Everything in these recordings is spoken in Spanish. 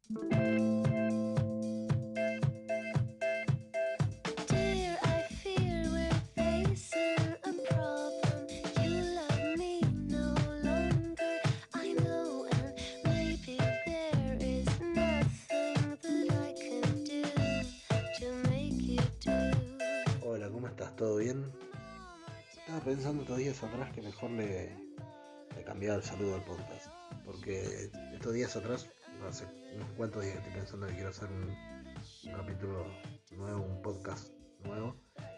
Dear, I fear we're facing a problem. You love me no longer, I know, and maybe there is nothing that I can do to make you do. Hola, ¿cómo estás? ¿Todo bien? Estaba pensando estos días atrás que mejor le cambiaba el saludo al podcast. Porque estos días atrás, hace unos cuantos días que estoy pensando que quiero hacer un capítulo nuevo, un podcast nuevo.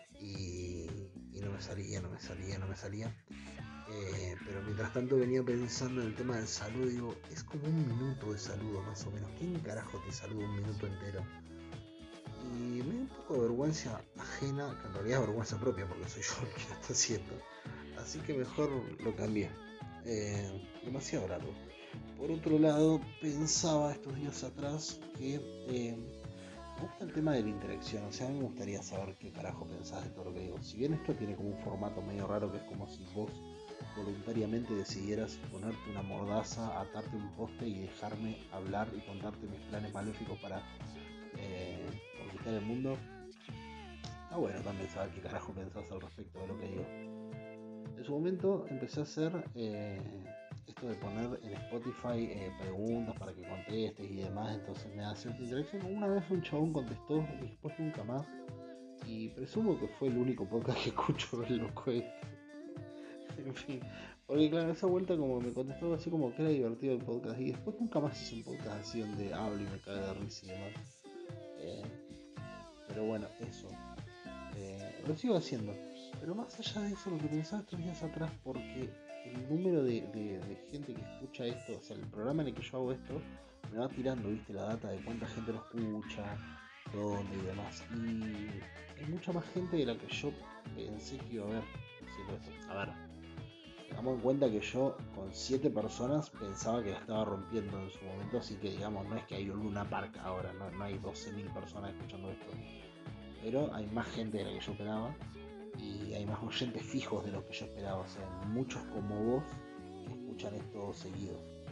Y no me salía, no me salía. Pero mientras tanto venía pensando en el tema del saludo y digo, es como un minuto de saludo más o menos. ¿Quién carajo te saluda un minuto entero? Y me da un poco de vergüenza ajena, que en realidad es vergüenza propia porque soy yo el que lo está haciendo. Así que mejor lo cambié. Demasiado largo. Por otro lado, pensaba estos días atrás que me gusta el tema de la interacción. O sea, a mí me gustaría saber qué carajo pensás de todo lo que digo. Si bien esto tiene como un formato medio raro, que es como si vos voluntariamente decidieras ponerte una mordaza, atarte un poste y dejarme hablar y contarte mis planes maléficos para conquistar el mundo. Está bueno también saber qué carajo pensás al respecto de lo que digo. En su momento empecé a hacer esto de poner en Spotify preguntas para que contestes y demás, entonces me da cierta interacción. Una vez un chabón contestó y después nunca más. Y presumo que fue el único podcast que escucho el loco este. En fin, porque claro, esa vuelta como me contestó así como que era divertido el podcast y después nunca más hice un podcast así donde hablo y me cae de risa y demás. Eh, pero bueno, eso. Lo sigo haciendo. Pero más allá de eso, lo que pensaba estos días atrás, porque el número de gente que escucha esto, o sea, el programa en el que yo hago esto, me va tirando, viste, la data de cuánta gente lo escucha, dónde y demás. Y hay mucha más gente de la que yo pensé que iba a haber haciendo esto. A ver, tengamos en cuenta que yo con 7 personas pensaba que la estaba rompiendo en su momento, así que digamos, no es que hay un Luna Park ahora, no hay 12.000 personas escuchando esto. Pero hay más gente de la que yo esperaba y hay más oyentes fijos de los que yo esperaba, o sea, muchos como vos que escuchan esto seguido.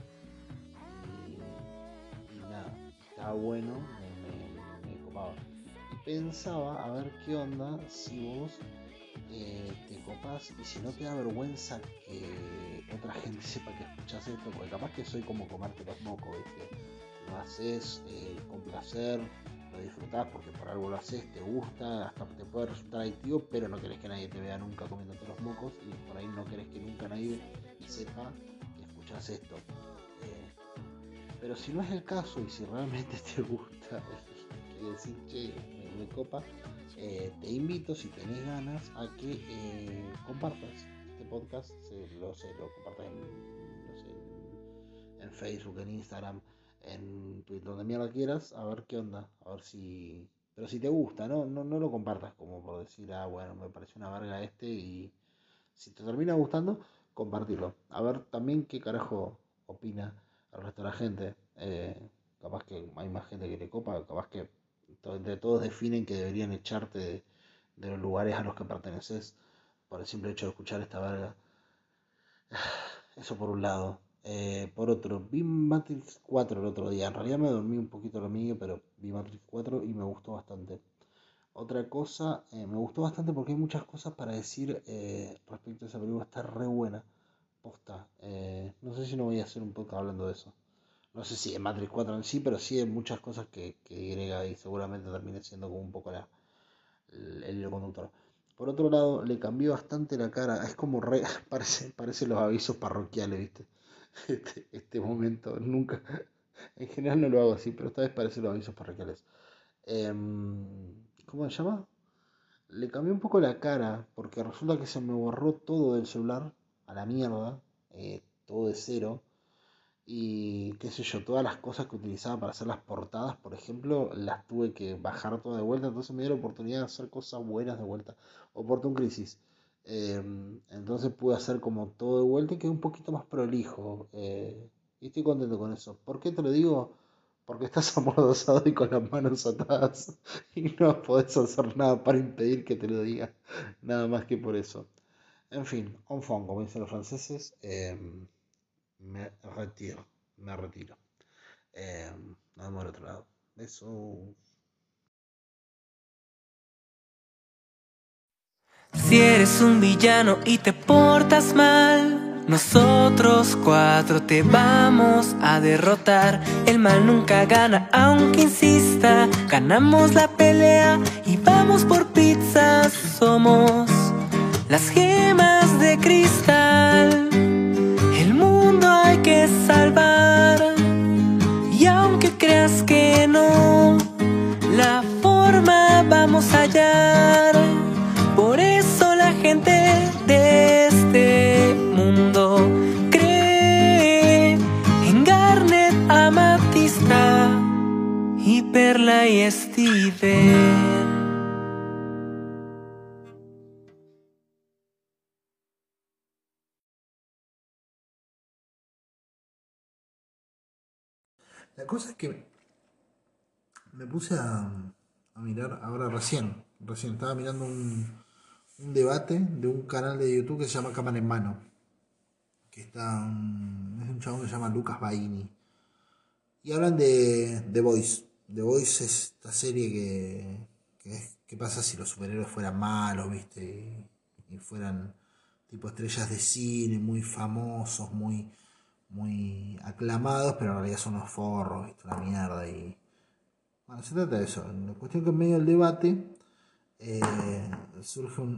Y nada, estaba bueno, me copaba. Y pensaba a ver qué onda si vos te copás y si no te da vergüenza que otra gente sepa que escuchás esto, porque capaz que soy como comerte los mocos, ¿viste? Lo haces con placer, lo disfrutás porque por algo lo haces, te gusta, hasta te puede resultar adictivo, pero no querés que nadie te vea nunca comiéndote los mocos y por ahí no querés que nunca nadie sepa que escuchás esto. Pero si no es el caso y si realmente te gusta y decir, che, me copa, te invito, si tenés ganas, a que compartas este podcast, lo compartas en, no sé, en Facebook, en Instagram, en Twitter, donde mierda quieras, a ver qué onda, a ver si... Pero si te gusta, no lo compartas como por decir, ah, bueno, me pareció una verga este y si te termina gustando, compartirlo. A ver también qué carajo opina el resto de la gente. Capaz que hay más gente que te copa, capaz que entre todos definen que deberían echarte de los lugares a los que perteneces por el simple hecho de escuchar esta verga. Eso por un lado. Por otro, vi Matrix 4 el otro día. En realidad me dormí un poquito lo mío, pero vi Matrix 4 y me gustó bastante. Otra cosa, me gustó bastante porque hay muchas cosas para decir respecto a esa película. Está re buena. Posta. No sé si no voy a hacer un podcast hablando de eso. No sé si de Matrix 4 en sí, pero sí de muchas cosas que agrega y seguramente termine siendo como un poco el hilo conductor. Por otro lado, le cambió bastante la cara. Es como re, parece los avisos parroquiales, ¿viste? Este momento, nunca. En general no lo hago así, pero esta vez parece los avisos parroquiales. ¿Cómo se llama? Le cambié un poco la cara, porque resulta que se me borró todo del celular, a la mierda, todo de cero. Y qué sé yo, todas las cosas que utilizaba para hacer las portadas, por ejemplo, las tuve que bajar todas de vuelta, entonces me dio la oportunidad de hacer cosas buenas de vuelta. Oportun crisis. Entonces pude hacer como todo de vuelta y quedé un poquito más prolijo. Y estoy contento con eso. ¿Por qué te lo digo? Porque estás amordazado y con las manos atadas y no podés hacer nada para impedir que te lo diga. Nada más que por eso. En fin, en fond, como dicen los franceses, me retiro, me retiro. Eh, no vemos al otro lado. Besos. Si eres un villano y te portas mal, nosotros cuatro te vamos a derrotar. El mal nunca gana, aunque insista. Ganamos la pelea y vamos por pizzas. Somos las gemas de cristal. El mundo hay que salvar. Y aunque creas que no, la forma vamos a hallar. Por eso la gente de este mundo cree en Garnet, Amatista y Perla y Steven. La cosa es que me puse a mirar ahora recién estaba mirando un debate de un canal de YouTube que se llama Cámara en Mano, que es un chabón que se llama Lucas Baini, y hablan de The Voice. The Voice es esta serie que pasa si los superhéroes fueran malos, viste, y fueran tipo estrellas de cine, muy famosos, muy aclamados, pero en realidad son unos forros, viste, una mierda. Y bueno, se trata de eso. La cuestión que en medio del debate surge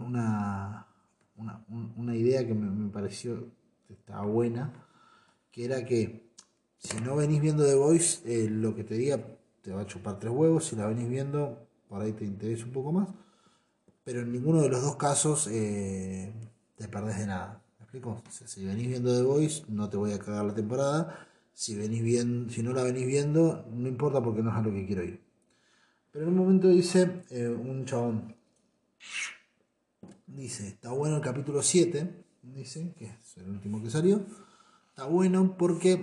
una idea que me pareció que estaba buena, que era que si no venís viendo The Voice, lo que te diga te va a chupar tres huevos. Si la venís viendo, por ahí te interesa un poco más, pero en ninguno de los dos casos te perdés de nada. ¿Me explico? O sea, si venís viendo The Voice, no te voy a cagar la temporada. Si no la venís viendo, no importa, porque no es a lo que quiero ir. Pero en un momento dice un chabón, dice, está bueno el capítulo 7, dice, que es el último que salió. Está bueno porque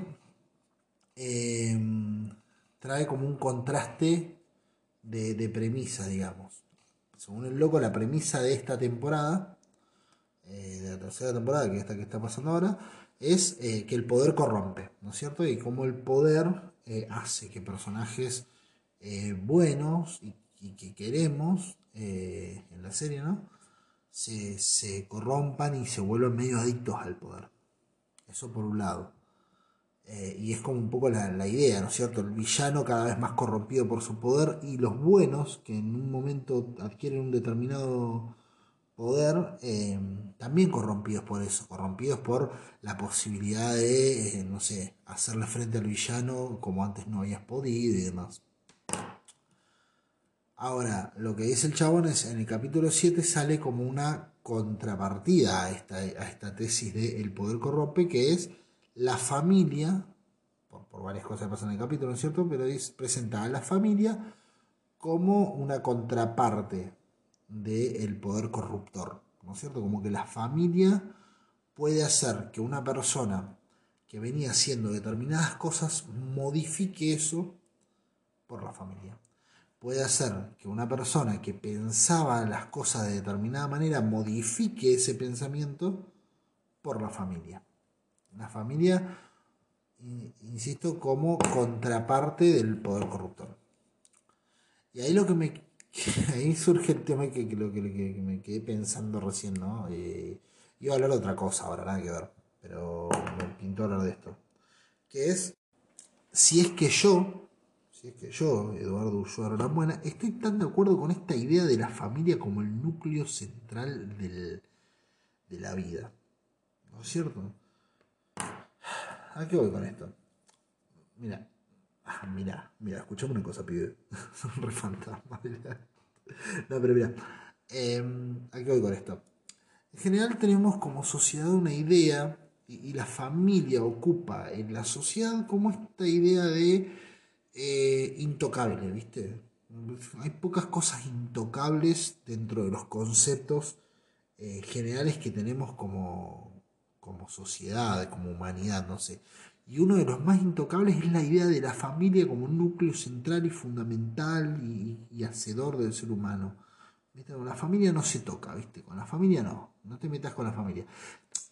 trae como un contraste de premisa, digamos. Según el loco, la premisa de esta temporada, de la tercera temporada, que es esta que está pasando ahora, es que el poder corrompe, ¿no es cierto? Y cómo el poder hace que personajes buenos y que queremos en la serie, ¿no? Se corrompan y se vuelven medio adictos al poder. Eso por un lado. Y es como un poco la idea, ¿no es cierto? El villano cada vez más corrompido por su poder, y los buenos, que en un momento adquieren un determinado poder, también corrompidos por eso, corrompidos por la posibilidad de, no sé, hacerle frente al villano como antes no habías podido y demás. Ahora, lo que dice el chabón es, en el capítulo 7 sale como una contrapartida a esta tesis de el poder corrompe, que es la familia, por varias cosas que pasan en el capítulo, ¿no es cierto? Pero presenta a la familia como una contraparte del poder corruptor, ¿no es cierto? Como que la familia puede hacer que una persona que venía haciendo determinadas cosas modifique eso por la familia. Puede hacer que una persona que pensaba las cosas de determinada manera modifique ese pensamiento por la familia. La familia, insisto, como contraparte del poder corruptor. Y ahí ahí surge el tema que me quedé pensando recién, ¿no? Iba a hablar de otra cosa ahora, nada que ver, pero me pintó hablar de esto. Que es, si es que yo, Eduardo Ulloa Buena, estoy tan de acuerdo con esta idea de la familia como el núcleo central de la vida. ¿No es cierto? ¿A qué voy con esto? Mira, escuchame una cosa, pibe. Son re fantasmas. No, pero mira, ¿a qué voy con esto? En general tenemos como sociedad una idea, y la familia ocupa en la sociedad como esta idea de intocable, ¿viste? Hay pocas cosas intocables dentro de los conceptos generales que tenemos como sociedad, como humanidad, no sé. Y uno de los más intocables es la idea de la familia como un núcleo central y fundamental y hacedor del ser humano. ¿Viste? Con la familia no se toca, ¿viste? Con la familia no te metas con la familia.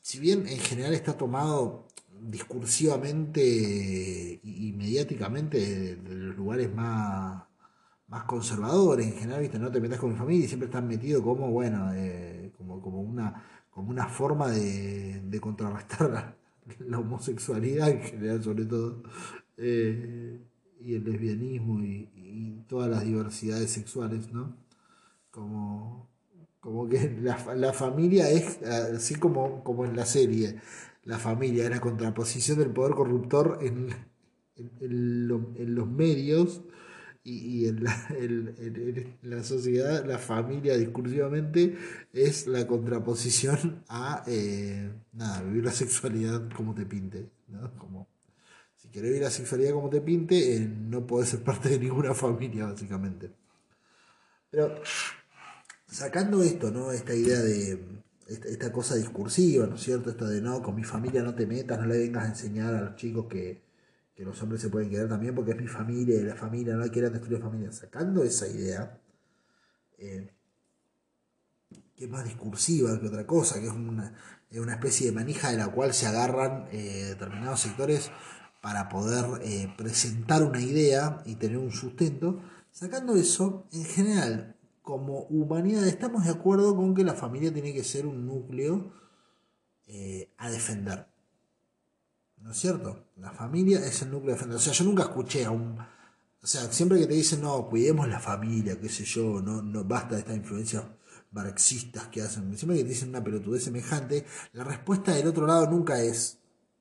si bien en general está tomado discursivamente y mediáticamente de los lugares más conservadores, en general, viste, no te metas con mi familia y siempre están metidos como, bueno, como una forma de contrarrestar la homosexualidad en general, sobre todo, eh, y el lesbianismo y todas las diversidades sexuales, ¿no? Como, como que la familia es, así como en la serie, la familia es la contraposición del poder corruptor en los medios y en en la sociedad, la familia discursivamente es la contraposición a, nada, vivir la sexualidad como te pinte, ¿no? Como, si querés vivir la sexualidad como te pinte, no podés ser parte de ninguna familia, básicamente. Pero sacando esto, ¿no? Esta idea de esta cosa discursiva, ¿no es cierto? Esto de no, con mi familia no te metas, no le vengas a enseñar a los chicos que los hombres se pueden quedar también porque es mi familia y la familia, no quieran destruir la familia. Sacando esa idea, eh, que es más discursiva que otra cosa, que es una especie de manija de la cual se agarran determinados sectores para poder presentar una idea y tener un sustento. Sacando eso, en general, como humanidad estamos de acuerdo con que la familia tiene que ser un núcleo a defender. ¿No es cierto? La familia es el núcleo a defender. O sea, yo nunca escuché a un... O sea, siempre que te dicen, no, cuidemos la familia, qué sé yo, no basta de estas influencias marxistas que hacen. Siempre que te dicen una pelotudez semejante, la respuesta del otro lado nunca es,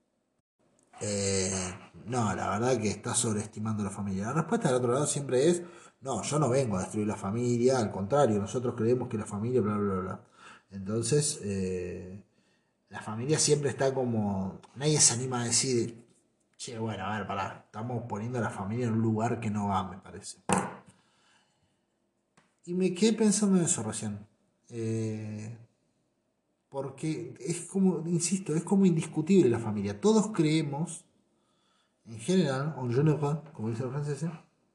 no, la verdad que estás sobreestimando la familia. La respuesta del otro lado siempre es, no, yo no vengo a destruir la familia, al contrario, nosotros creemos que la familia, bla, bla, bla. Entonces, la familia siempre está como, nadie se anima a decir, che, bueno, a ver, pará, estamos poniendo a la familia en un lugar que no va, me parece. Y me quedé pensando en eso recién. Porque es como, insisto, es como indiscutible la familia. Todos creemos, en general, en general, como dicen los franceses,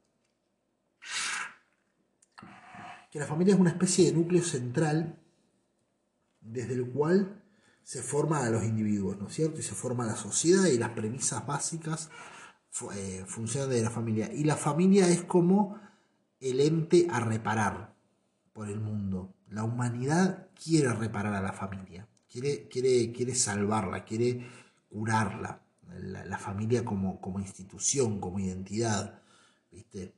que la familia es una especie de núcleo central desde el cual se forman a los individuos, ¿no es cierto? Y se forma la sociedad y las premisas básicas funcionan de la familia. Y la familia es como el ente a reparar por el mundo. La humanidad quiere reparar a la familia, quiere salvarla, quiere curarla. La familia como institución, como identidad, ¿viste?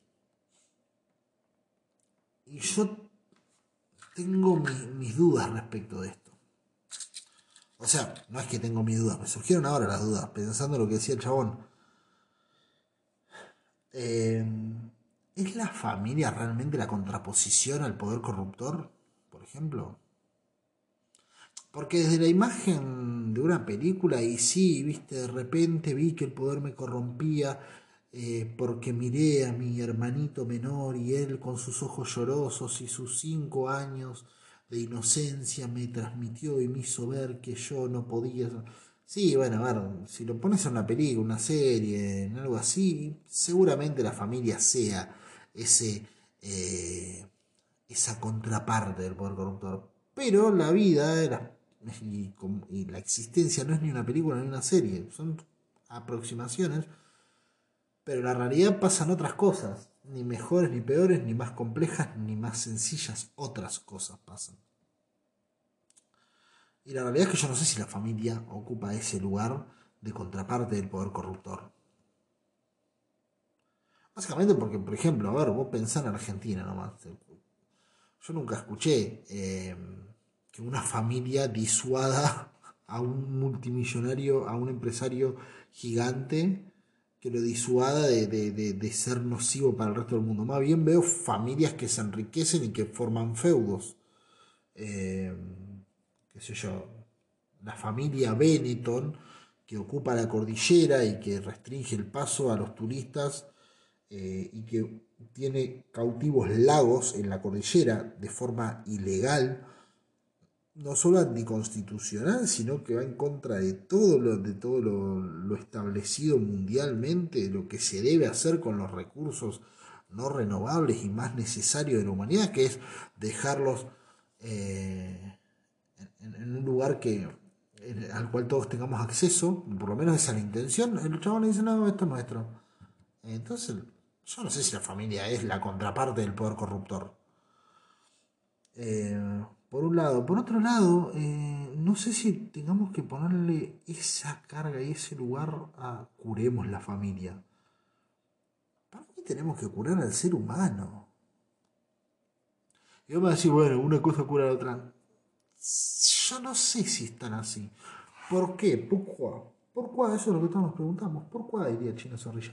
Y yo tengo mis dudas respecto de esto. O sea, no es que tengo mis dudas, me surgieron ahora las dudas, pensando en lo que decía el chabón. ¿Es la familia realmente la contraposición al poder corruptor, por ejemplo? Porque desde la imagen de una película, y sí, viste, de repente vi que el poder me corrompía, porque miré a mi hermanito menor y él con sus ojos llorosos y sus 5 años de inocencia me transmitió y me hizo ver que yo no podía. Sí, bueno, a ver, si lo pones en una película, una serie, en algo así, seguramente la familia sea ese, esa contraparte del poder corruptor. Pero la vida y la existencia no es ni una película ni una serie, son aproximaciones, pero la realidad pasan otras cosas, ni mejores ni peores, ni más complejas ni más sencillas, otras cosas pasan. Y la realidad es que yo no sé si la familia ocupa ese lugar de contraparte del poder corruptor. Básicamente porque, por ejemplo, a ver, vos pensás en Argentina nomás. Yo nunca escuché que una familia disuada a un multimillonario, a un empresario gigante, que lo disuada de ser nocivo para el resto del mundo. Más bien veo familias que se enriquecen y que forman feudos. Qué sé yo, la familia Benetton, que ocupa la cordillera y que restringe el paso a los turistas y que tiene cautivos lagos en la cordillera de forma ilegal, no solo anticonstitucional, sino que va en contra de todo lo establecido mundialmente, lo que se debe hacer con los recursos no renovables y más necesarios de la humanidad, que es dejarlos en un lugar al cual todos tengamos acceso, por lo menos esa es la intención, el chabón le dice, no, esto es nuestro. Entonces, yo no sé si la familia es la contraparte del poder corruptor. Por un lado. Por otro lado, no sé si tengamos que ponerle esa carga y ese lugar a curemos la familia. Para mí tenemos que curar al ser humano. Y vamos a decir, bueno, una cosa cura a la otra. Yo no sé si están así. ¿Por qué? ¿Por qué? ¿Por qué? Eso es lo que todos nos preguntamos. ¿Por qué? Diría Chino Zorrilla.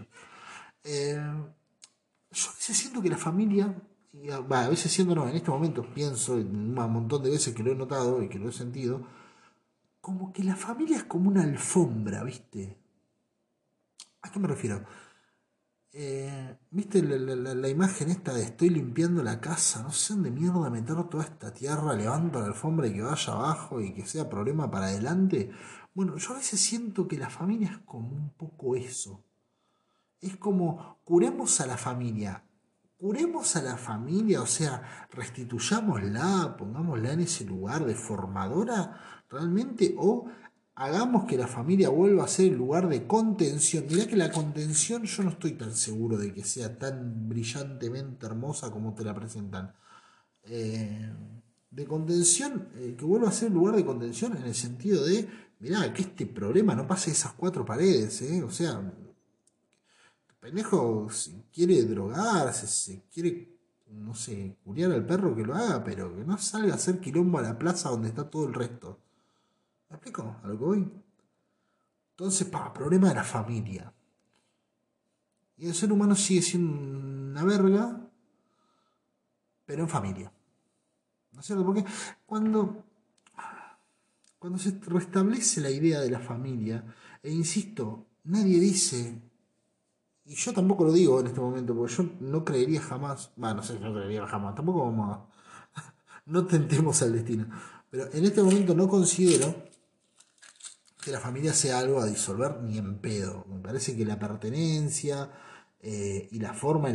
Yo a veces siento que la familia, a veces siendo no, en este momento pienso en un montón de veces que lo he notado y que lo he sentido, como que la familia es como una alfombra, ¿viste? ¿A qué me refiero? ¿Viste la imagen esta de estoy limpiando la casa? No sé dónde mierda meter toda esta tierra, levanto la alfombra y que vaya abajo y que sea problema para adelante. Bueno, yo a veces siento que la familia es como un poco eso. Es como curemos a la familia. Curemos a la familia, o sea, restituyámosla, pongámosla en ese lugar de formadora realmente, o hagamos que la familia vuelva a ser el lugar de contención. Mirá que la contención yo no estoy tan seguro de que sea tan brillantemente hermosa como te la presentan. Eh, de contención, que vuelva a ser el lugar de contención en el sentido de, mirá, que este problema no pase esas cuatro paredes, o sea, pendejo, si quiere drogarse, si quiere, no sé, curiar al perro que lo haga, pero que no salga a hacer quilombo a la plaza donde está todo el resto. ¿Me explico a lo que voy? Entonces, problema de la familia. Y el ser humano sigue siendo una verga, pero en familia. ¿No es cierto? Porque cuando, cuando se restablece la idea de la familia, e insisto, nadie dice. Y yo tampoco lo digo en este momento, porque yo no creería jamás, bueno, no sé si no creería jamás, tampoco vamos a, no tentemos al destino, pero en este momento no considero que la familia sea algo a disolver ni en pedo. Me parece que la pertenencia y la forma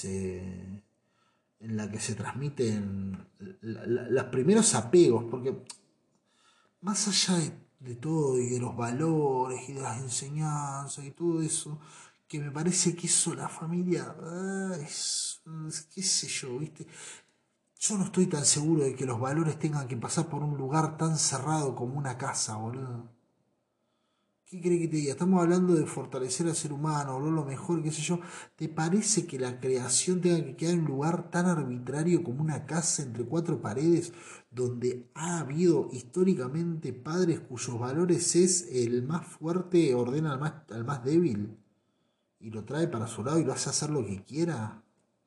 en la que se transmiten los primeros apegos, porque más allá de todo y de los valores y de las enseñanzas y todo eso, que me parece que eso la familia qué sé yo, ¿viste? Yo no estoy tan seguro de que los valores tengan que pasar por un lugar tan cerrado como una casa, boludo. ¿Qué crees que te diga? Estamos hablando de fortalecer al ser humano, hablar lo mejor, qué sé yo. ¿Te parece que la creación tenga que quedar en un lugar tan arbitrario como una casa entre cuatro paredes, donde ha habido históricamente padres cuyos valores es el más fuerte ordena al más débil y lo trae para su lado y lo hace hacer lo que quiera?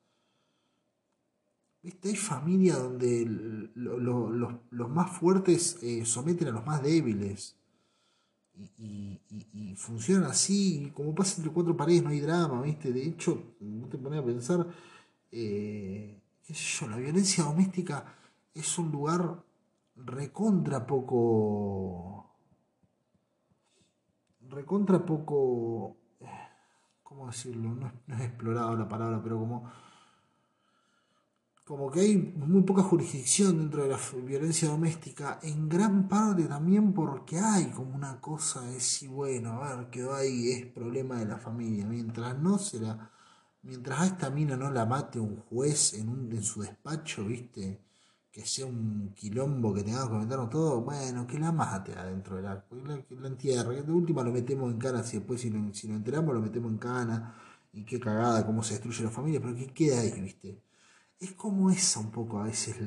¿Viste? Hay familia donde los más fuertes someten a los más débiles. Y funciona así, como pasa entre cuatro paredes, no hay drama, ¿viste? De hecho, no te pones a pensar, qué sé yo, la violencia doméstica es un lugar recontra poco, ¿cómo decirlo? No es explorado la palabra, pero como que hay muy poca jurisdicción dentro de la violencia doméstica, en gran parte también porque hay como una cosa de si, bueno, a ver, quedó ahí, es problema de la familia, mientras a esta mina no la mate un juez en su despacho, ¿viste? Que sea un quilombo que tengamos que meternos todo, bueno, que la mate adentro de que la entierre, que de última lo metemos en cana, si después si lo enteramos lo metemos en cana, y qué cagada, cómo se destruye la familia, pero que queda ahí, ¿viste? Es como esa un poco a veces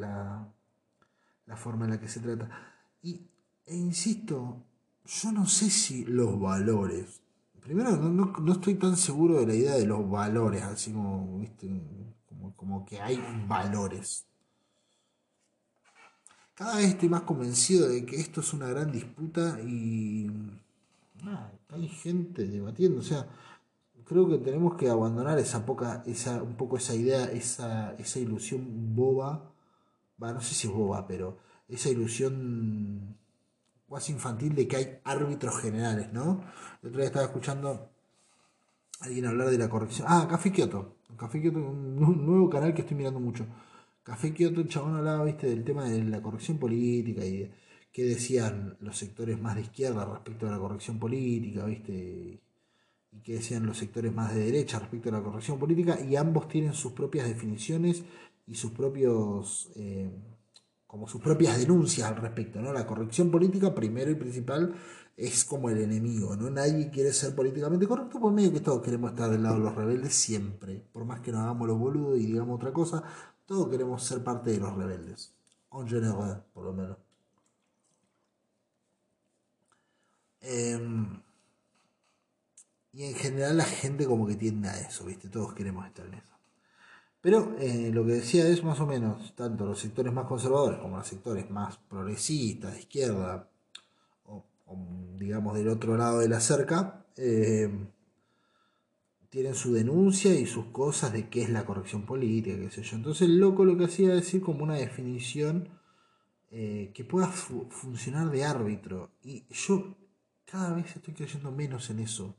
la forma en la que se trata. E insisto, yo no sé si los valores. Primero, no estoy tan seguro de la idea de los valores, así como, ¿viste? Como que hay valores. Cada vez estoy más convencido de que esto es una gran disputa y hay gente debatiendo. O sea, creo que tenemos que abandonar un poco esa idea, esa ilusión boba, no sé si es boba, pero esa ilusión casi infantil de que hay árbitros generales, ¿no? El otro día estaba escuchando a alguien hablar de la corrección. Café Kioto. Café Kioto, un nuevo canal que estoy mirando mucho. Café Kioto, el chabón hablaba, viste, del tema de la corrección política y qué decían los sectores más de izquierda respecto a la corrección política, ¿viste? Y qué decían los sectores más de derecha respecto a la corrección política, y ambos tienen sus propias definiciones y sus propios como sus propias denuncias al respecto, ¿no? La corrección política, primero y principal, es como el enemigo, ¿no? Nadie quiere ser políticamente correcto, por medio que todos queremos estar del lado de los rebeldes siempre, por más que nos hagamos los boludos y digamos otra cosa, todos queremos ser parte de los rebeldes, en general, por lo menos. Y en general la gente como que tiende a eso, ¿viste? Todos queremos estar en eso. Pero lo que decía es más o menos, tanto los sectores más conservadores como los sectores más progresistas, de izquierda, o digamos del otro lado de la cerca, tienen su denuncia y sus cosas de qué es la corrección política, qué sé yo. Entonces el loco lo que hacía es decir como una definición que pueda funcionar de árbitro. Y yo cada vez estoy creyendo menos en eso.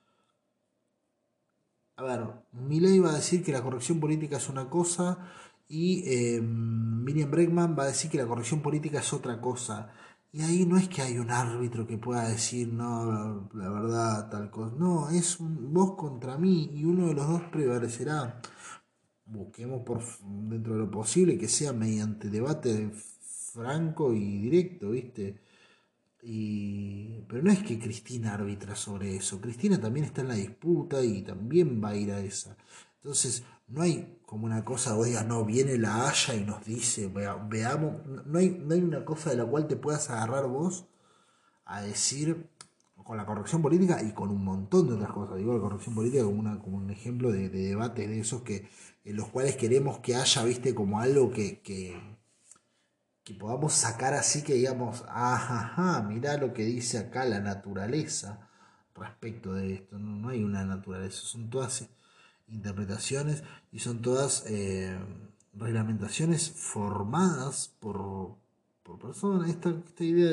A ver, Milei va a decir que la corrección política es una cosa y Miriam Bregman va a decir que la corrección política es otra cosa. Y ahí no es que hay un árbitro que pueda decir, no, la verdad, tal cosa. No, es un vos contra mí y uno de los dos prevalecerá. Busquemos dentro de lo posible que sea mediante debate franco y directo, ¿viste? Pero no es que Cristina arbitra sobre eso. Cristina también está en la disputa y también va a ir a esa. Entonces, no hay como una cosa, oiga, no, viene la Haya y nos dice, veamos, no hay una cosa de la cual te puedas agarrar vos a decir con la corrección política y con un montón de otras cosas. Digo la corrección política como un ejemplo de debates de esos que en los cuales queremos que haya, viste, como algo que podamos sacar así que digamos, ajá, mirá lo que dice acá la naturaleza respecto de esto. No, no hay una naturaleza, son todas interpretaciones y son todas reglamentaciones formadas por personas. Esta idea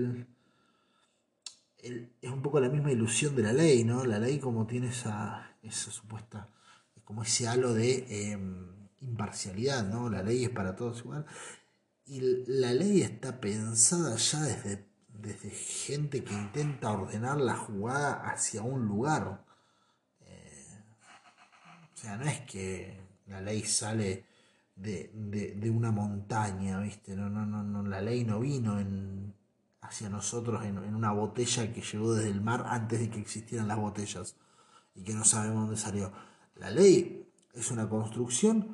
es un poco la misma ilusión de la ley, ¿no? La ley como tiene esa supuesta, como ese halo de imparcialidad, ¿no? La ley es para todos igual. Y la ley está pensada ya desde gente que intenta ordenar la jugada hacia un lugar. O sea, no es que la ley sale de una montaña, ¿viste? No, la ley no vino hacia nosotros en una botella que llegó desde el mar antes de que existieran las botellas y que no sabemos dónde salió. La ley es una construcción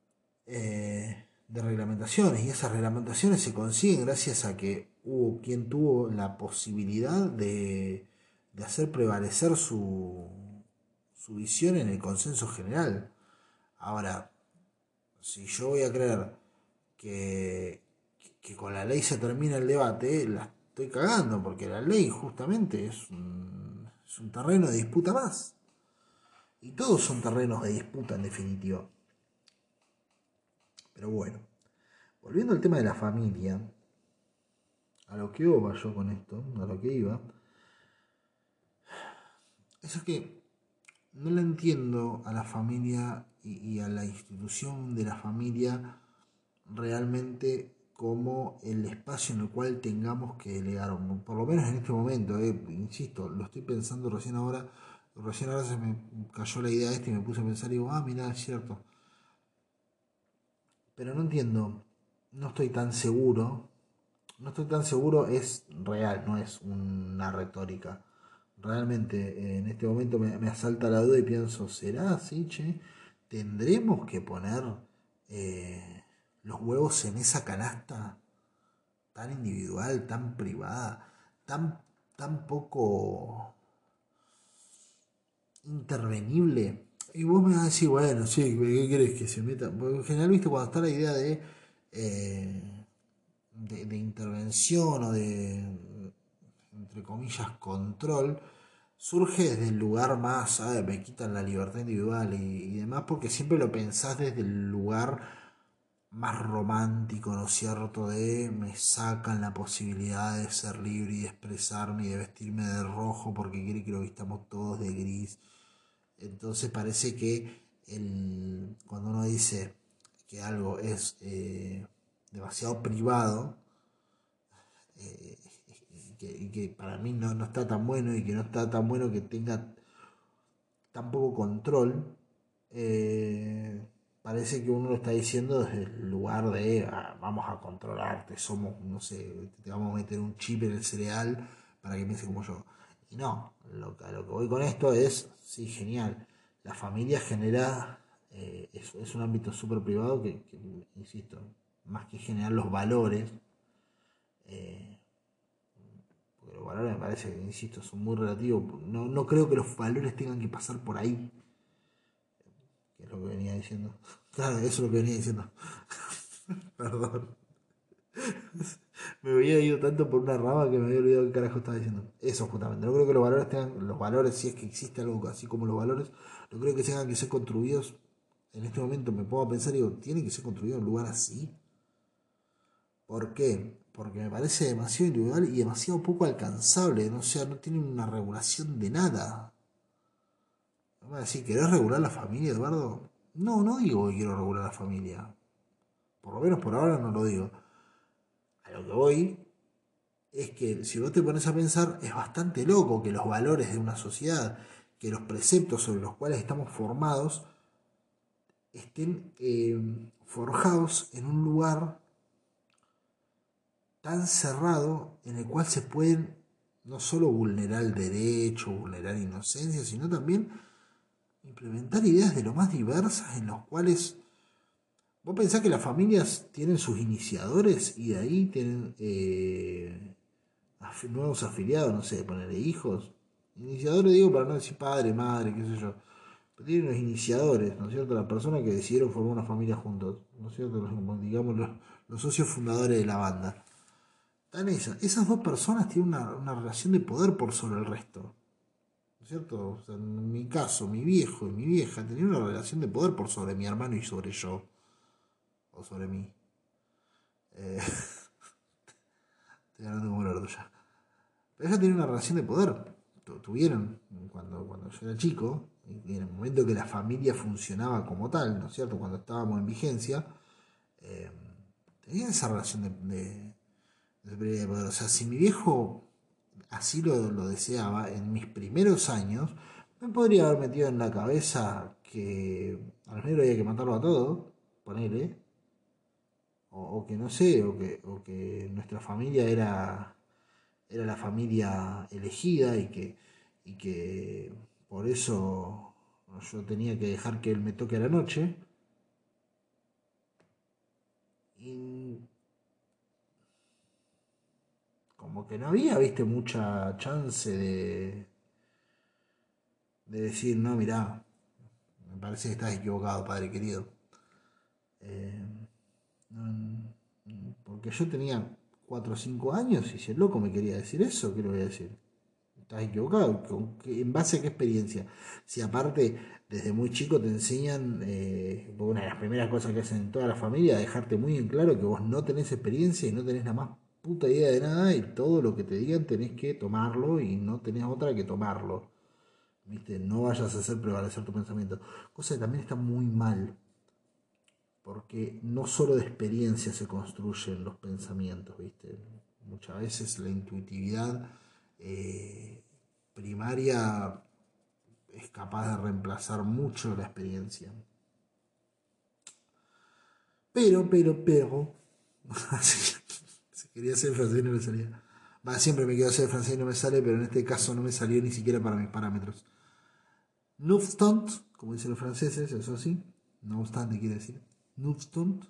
de reglamentaciones y esas reglamentaciones se consiguen gracias a que hubo quien tuvo la posibilidad de hacer prevalecer su visión en el consenso general. Ahora, si yo voy a creer que con la ley se termina el debate, la estoy cagando, porque la ley justamente es un terreno de disputa más. Y todos son terrenos de disputa en definitiva. Pero bueno, volviendo al tema de la familia, a lo que iba yo con esto, a lo que iba, eso es que no le entiendo a la familia y a la institución de la familia realmente como el espacio en el cual tengamos que delegar, por lo menos en este momento, insisto, lo estoy pensando recién ahora se me cayó la idea esta y me puse a pensar y digo, mira, es cierto. Pero no entiendo, no estoy tan seguro, es real, no es una retórica. Realmente en este momento me asalta la duda y pienso, ¿será así, che? ¿Tendremos que poner los huevos en esa canasta tan individual, tan privada, tan poco intervenible? Y vos me vas a decir, bueno, sí, ¿qué querés que se meta? Porque en general, viste, cuando está la idea de intervención o de, entre comillas, control, surge desde el lugar más, me quitan la libertad individual y demás, porque siempre lo pensás desde el lugar más romántico, ¿no es cierto? De me sacan la posibilidad de ser libre y de expresarme y de vestirme de rojo porque quiere que lo vistamos todos de gris. Entonces parece que cuando uno dice que algo es demasiado privado, y que para mí no está tan bueno y que no está tan bueno que tenga tan poco control, parece que uno lo está diciendo desde el lugar de vamos a controlarte, somos, no sé, te vamos a meter un chip en el cereal para que pienses como yo. Y no, a lo que voy con esto es, sí, genial, la familia genera, es un ámbito súper privado insisto, más que generar los valores, eh, porque los valores me parece que, insisto, son muy relativos, no creo que los valores tengan que pasar por ahí, que es lo que venía diciendo. Claro, eso es lo que venía diciendo. Perdón. Me había ido tanto por una rama que me había olvidado qué carajo estaba diciendo. Eso justamente. No creo que los valores tengan, los valores, si es que existe algo así como los valores, no creo que tengan que ser construidos. En este momento me pongo a pensar y digo, tiene que ser construido en un lugar así. ¿Por qué? Porque me parece demasiado individual y demasiado poco alcanzable. ¿No? O sea, no tienen una regulación de nada. Vamos a decir, ¿querés regular la familia, Eduardo? No digo que quiero regular la familia. Por lo menos por ahora no lo digo. A lo que voy es que si vos te pones a pensar, es bastante loco que los valores de una sociedad, que los preceptos sobre los cuales estamos formados, estén forjados en un lugar tan cerrado en el cual se pueden no solo vulnerar el derecho, vulnerar inocencia, sino también implementar ideas de lo más diversas en los cuales vos pensás que las familias tienen sus iniciadores y de ahí tienen nuevos afiliados, no sé, ponerle hijos. Iniciadores digo para no decir padre, madre, qué sé yo. Pero tienen los iniciadores, ¿no es cierto? Las personas que decidieron formar una familia juntos, ¿no es cierto? Digamos los socios fundadores de la banda. Están esas dos personas tienen una relación de poder por sobre el resto. ¿No es cierto? O sea, en mi caso, mi viejo y mi vieja tenían una relación de poder por sobre mi hermano y sobre yo. O sobre mí. Estoy hablando como el orto ya. Pero ellos tienen una relación de poder. Tuvieron cuando yo era chico, y en el momento que la familia funcionaba como tal, ¿no es cierto? Cuando estábamos en vigencia, eh, tenían esa relación de poder. O sea, si mi viejo así lo deseaba, en mis primeros años, me podría haber metido en la cabeza que al negro había que matarlo a todo, ponele, o que no sé, o que nuestra familia era la familia elegida y que por eso yo tenía que dejar que él me toque a la noche. Y como que no había, viste, mucha chance de decir, no, mirá, me parece que estás equivocado, padre querido. Eh, no, porque yo tenía 4 o 5 años y si el loco me quería decir eso, ¿qué le voy a decir? Estás equivocado. ¿En base a qué experiencia? Si aparte desde muy chico te enseñan, una de las primeras cosas que hacen en toda la familia, dejarte muy en claro que vos no tenés experiencia y no tenés la más puta idea de nada y todo lo que te digan tenés que tomarlo y no tenés otra que tomarlo. ¿Viste? No vayas a hacer prevalecer tu pensamiento. Cosa que también está muy mal, porque no solo de experiencia se construyen los pensamientos, ¿viste? Muchas veces la intuitividad primaria es capaz de reemplazar mucho la experiencia. Pero, si quería ser francés y no me salía. Siempre me quiero hacer francés y no me sale, pero en este caso no me salió ni siquiera para mis parámetros. No obstante, como dicen los franceses, eso sí, no obstante quiere decir, no obstante,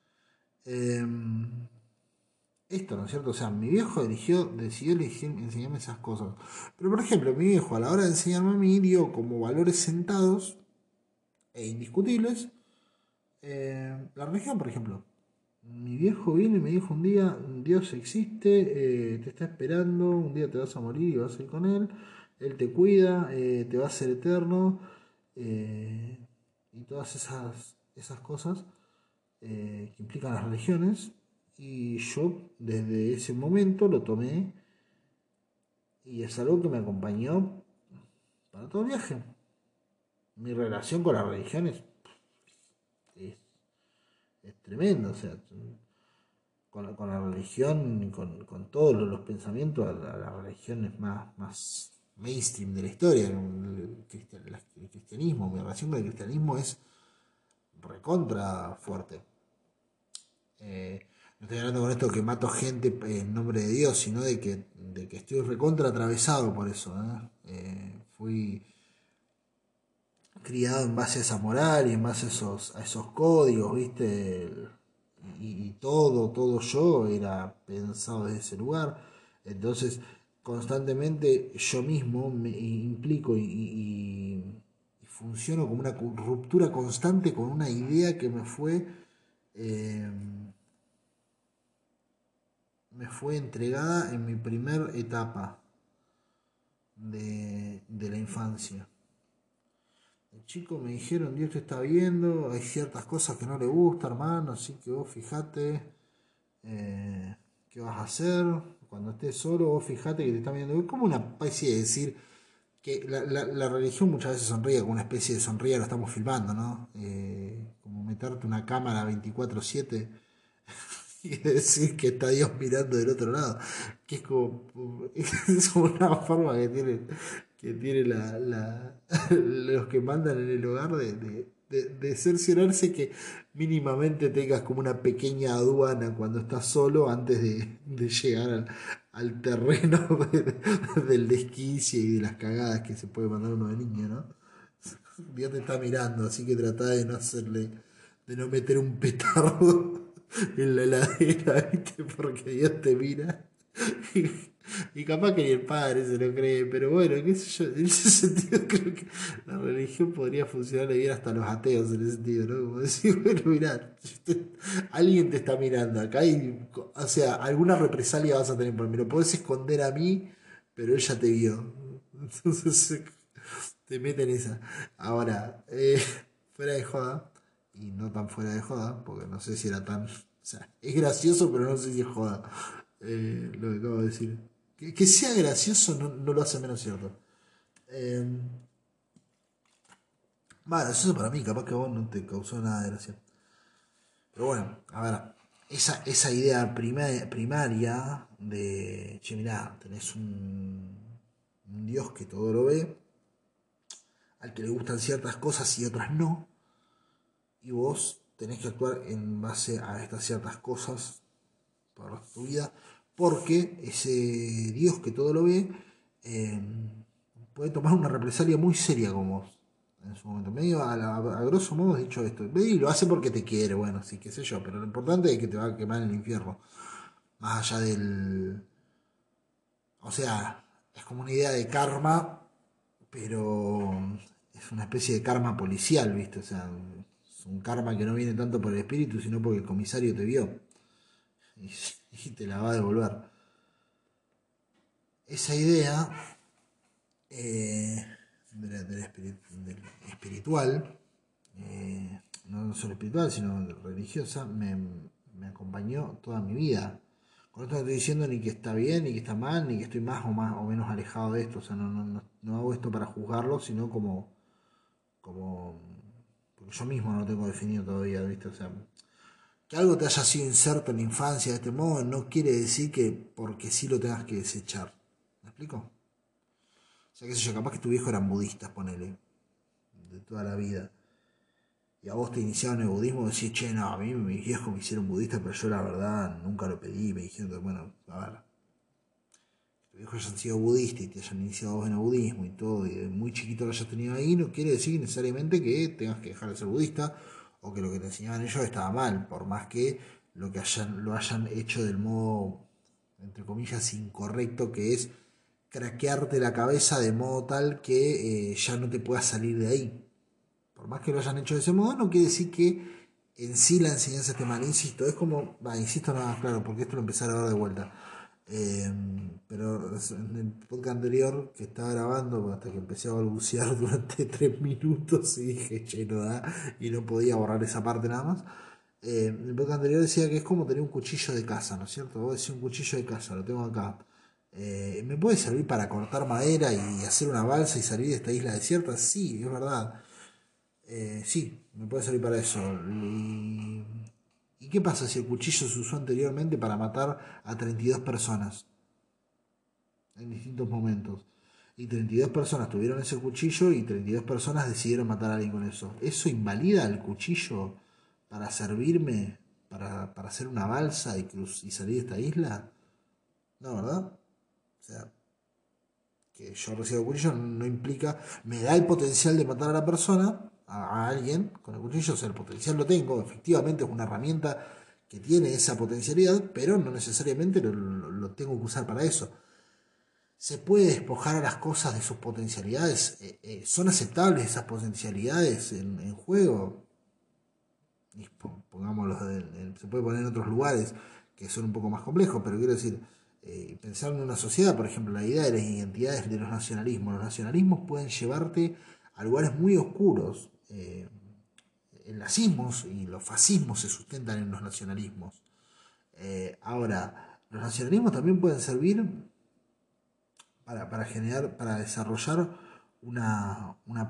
esto, ¿no es cierto? O sea, mi viejo decidió enseñarme esas cosas. Pero, por ejemplo, mi viejo a la hora de enseñarme a mí dio como valores sentados e indiscutibles la religión, por ejemplo. Mi viejo vino y me dijo un día, Dios existe, te está esperando, un día te vas a morir y vas a ir con Él te cuida, te va a ser eterno, eh, y todas esas cosas que implican las religiones. Y yo desde ese momento lo tomé y es algo que me acompañó para todo el viaje. Mi relación con las religiones es tremenda, o sea, con la religión y con todos los pensamientos a las religiones más mainstream de la historia. El cristianismo, mi relación con el cristianismo es recontra fuerte. No estoy hablando con esto que mato gente en nombre de Dios, sino de que estoy recontra atravesado por eso. Fui criado en base a esa moral y en base a esos códigos, ¿viste? Y todo yo era pensado desde ese lugar. Entonces, constantemente yo mismo me implico y funciono como una ruptura constante con una idea que eh, me fue entregada en mi primer etapa de la infancia. El chico me dijeron, Dios te está viendo, hay ciertas cosas que no le gusta, hermano, así que vos fijate qué vas a hacer. Cuando estés solo, vos fijate que te está viendo. Es como una especie de decir que la religión muchas veces sonríe, como una especie de sonríe, lo estamos filmando, ¿no? Como meterte una cámara 24/7 y decir que está Dios mirando del otro lado, que es como una forma que tiene los que mandan en el hogar de cerciorarse que mínimamente tengas como una pequeña aduana cuando estás solo antes de llegar al terreno del desquicie y de las cagadas que se puede mandar uno de niño, ¿no? Dios te está mirando, así que trata de no meter un petardo en la heladera, ¿viste? Porque Dios te mira. Y capaz que ni el padre se lo cree, pero bueno, qué sé yo, en ese sentido creo que la religión podría funcionar bien hasta los ateos en ese sentido, ¿no? Como decir, bueno, mirá, alguien te está mirando acá y, o sea, alguna represalia vas a tener por mí, lo podés esconder a mí, pero ella te vio. Entonces te meten esa. Ahora, fuera de joda, y no tan fuera de joda, porque no sé si era tan... O sea, es gracioso, pero no sé si es joda lo que acabo de decir. Que sea gracioso no lo hace menos cierto. Bueno, eso para mí, capaz que a vos no te causó nada de gracia. Pero bueno, a ver, esa idea primaria de, che, mirá, tenés un Dios que todo lo ve, al que le gustan ciertas cosas y otras no, y vos tenés que actuar en base a estas ciertas cosas por tu vida, porque ese Dios que todo lo ve puede tomar una represalia muy seria con vos en su momento. Medio a grosso modo dicho esto. Y lo hace porque te quiere, bueno, sí, qué sé yo, pero lo importante es que te va a quemar en el infierno. Más allá del... O sea, es como una idea de karma, pero es una especie de karma policial, ¿viste? O sea, es un karma que no viene tanto por el espíritu, sino porque el comisario te vio y te la va a devolver. Esa idea del espiritual, no solo espiritual, sino religiosa, me acompañó toda mi vida. Con esto no estoy diciendo ni que está bien, ni que está mal, ni que estoy más o menos alejado de esto. O sea, no hago esto para juzgarlo, sino como porque yo mismo no lo tengo definido todavía, ¿viste? O sea, que algo te haya sido inserto en la infancia de este modo no quiere decir que porque sí lo tengas que desechar. ¿Me explico? O sea, qué sé yo, capaz que tu viejo eran budistas, ponele, de toda la vida. Y a vos te iniciaron en el budismo, decís, che, no, a mí mis viejos me hicieron budista, pero yo la verdad nunca lo pedí. Me dijeron, bueno, a ver, tus viejos hayan sido budistas y te hayan iniciado vos en el budismo y todo, y de muy chiquito lo hayas tenido ahí, no quiere decir necesariamente que tengas que dejar de ser budista o que lo que te enseñaban ellos estaba mal, por más que lo hayan hecho del modo, entre comillas, incorrecto, que es craquearte la cabeza de modo tal que ya no te puedas salir de ahí. Por más que lo hayan hecho de ese modo, no quiere decir que en sí la enseñanza esté mal. Insisto, es como, insisto, nada, claro, porque esto lo empecé a grabar de vuelta. Pero en el podcast anterior que estaba grabando, hasta que empecé a balbucear durante 3 minutos y dije, che, no da, y no podía borrar esa parte nada más. El podcast anterior decía que es como tener un cuchillo de caza, ¿no es cierto? Vos decís un cuchillo de caza, lo tengo acá. ¿Me puede servir para cortar madera y hacer una balsa y salir de esta isla desierta? Sí, es verdad. Sí, me puede servir para eso. ¿Y qué pasa si el cuchillo se usó anteriormente para matar a 32 personas en distintos momentos? Y 32 personas tuvieron ese cuchillo y 32 personas decidieron matar a alguien con eso. ¿Eso invalida el cuchillo para servirme, para hacer una balsa y salir de esta isla? No, ¿verdad? O sea, que yo reciba el cuchillo no implica, me da el potencial de matar a la persona, a alguien con el cuchillo, o sea, el potencial lo tengo, efectivamente es una herramienta que tiene esa potencialidad, pero no necesariamente lo tengo que usar para eso. ¿Se puede despojar a las cosas de sus potencialidades? ¿Son aceptables esas potencialidades en juego? Y pongámoslo, se puede poner en otros lugares que son un poco más complejos, pero quiero decir, pensar en una sociedad, por ejemplo, la idea de las identidades de los nacionalismos. Los nacionalismos pueden llevarte a lugares muy oscuros. El nazismo y los fascismos se sustentan en los nacionalismos. Ahora, los nacionalismos también pueden servir para desarrollar una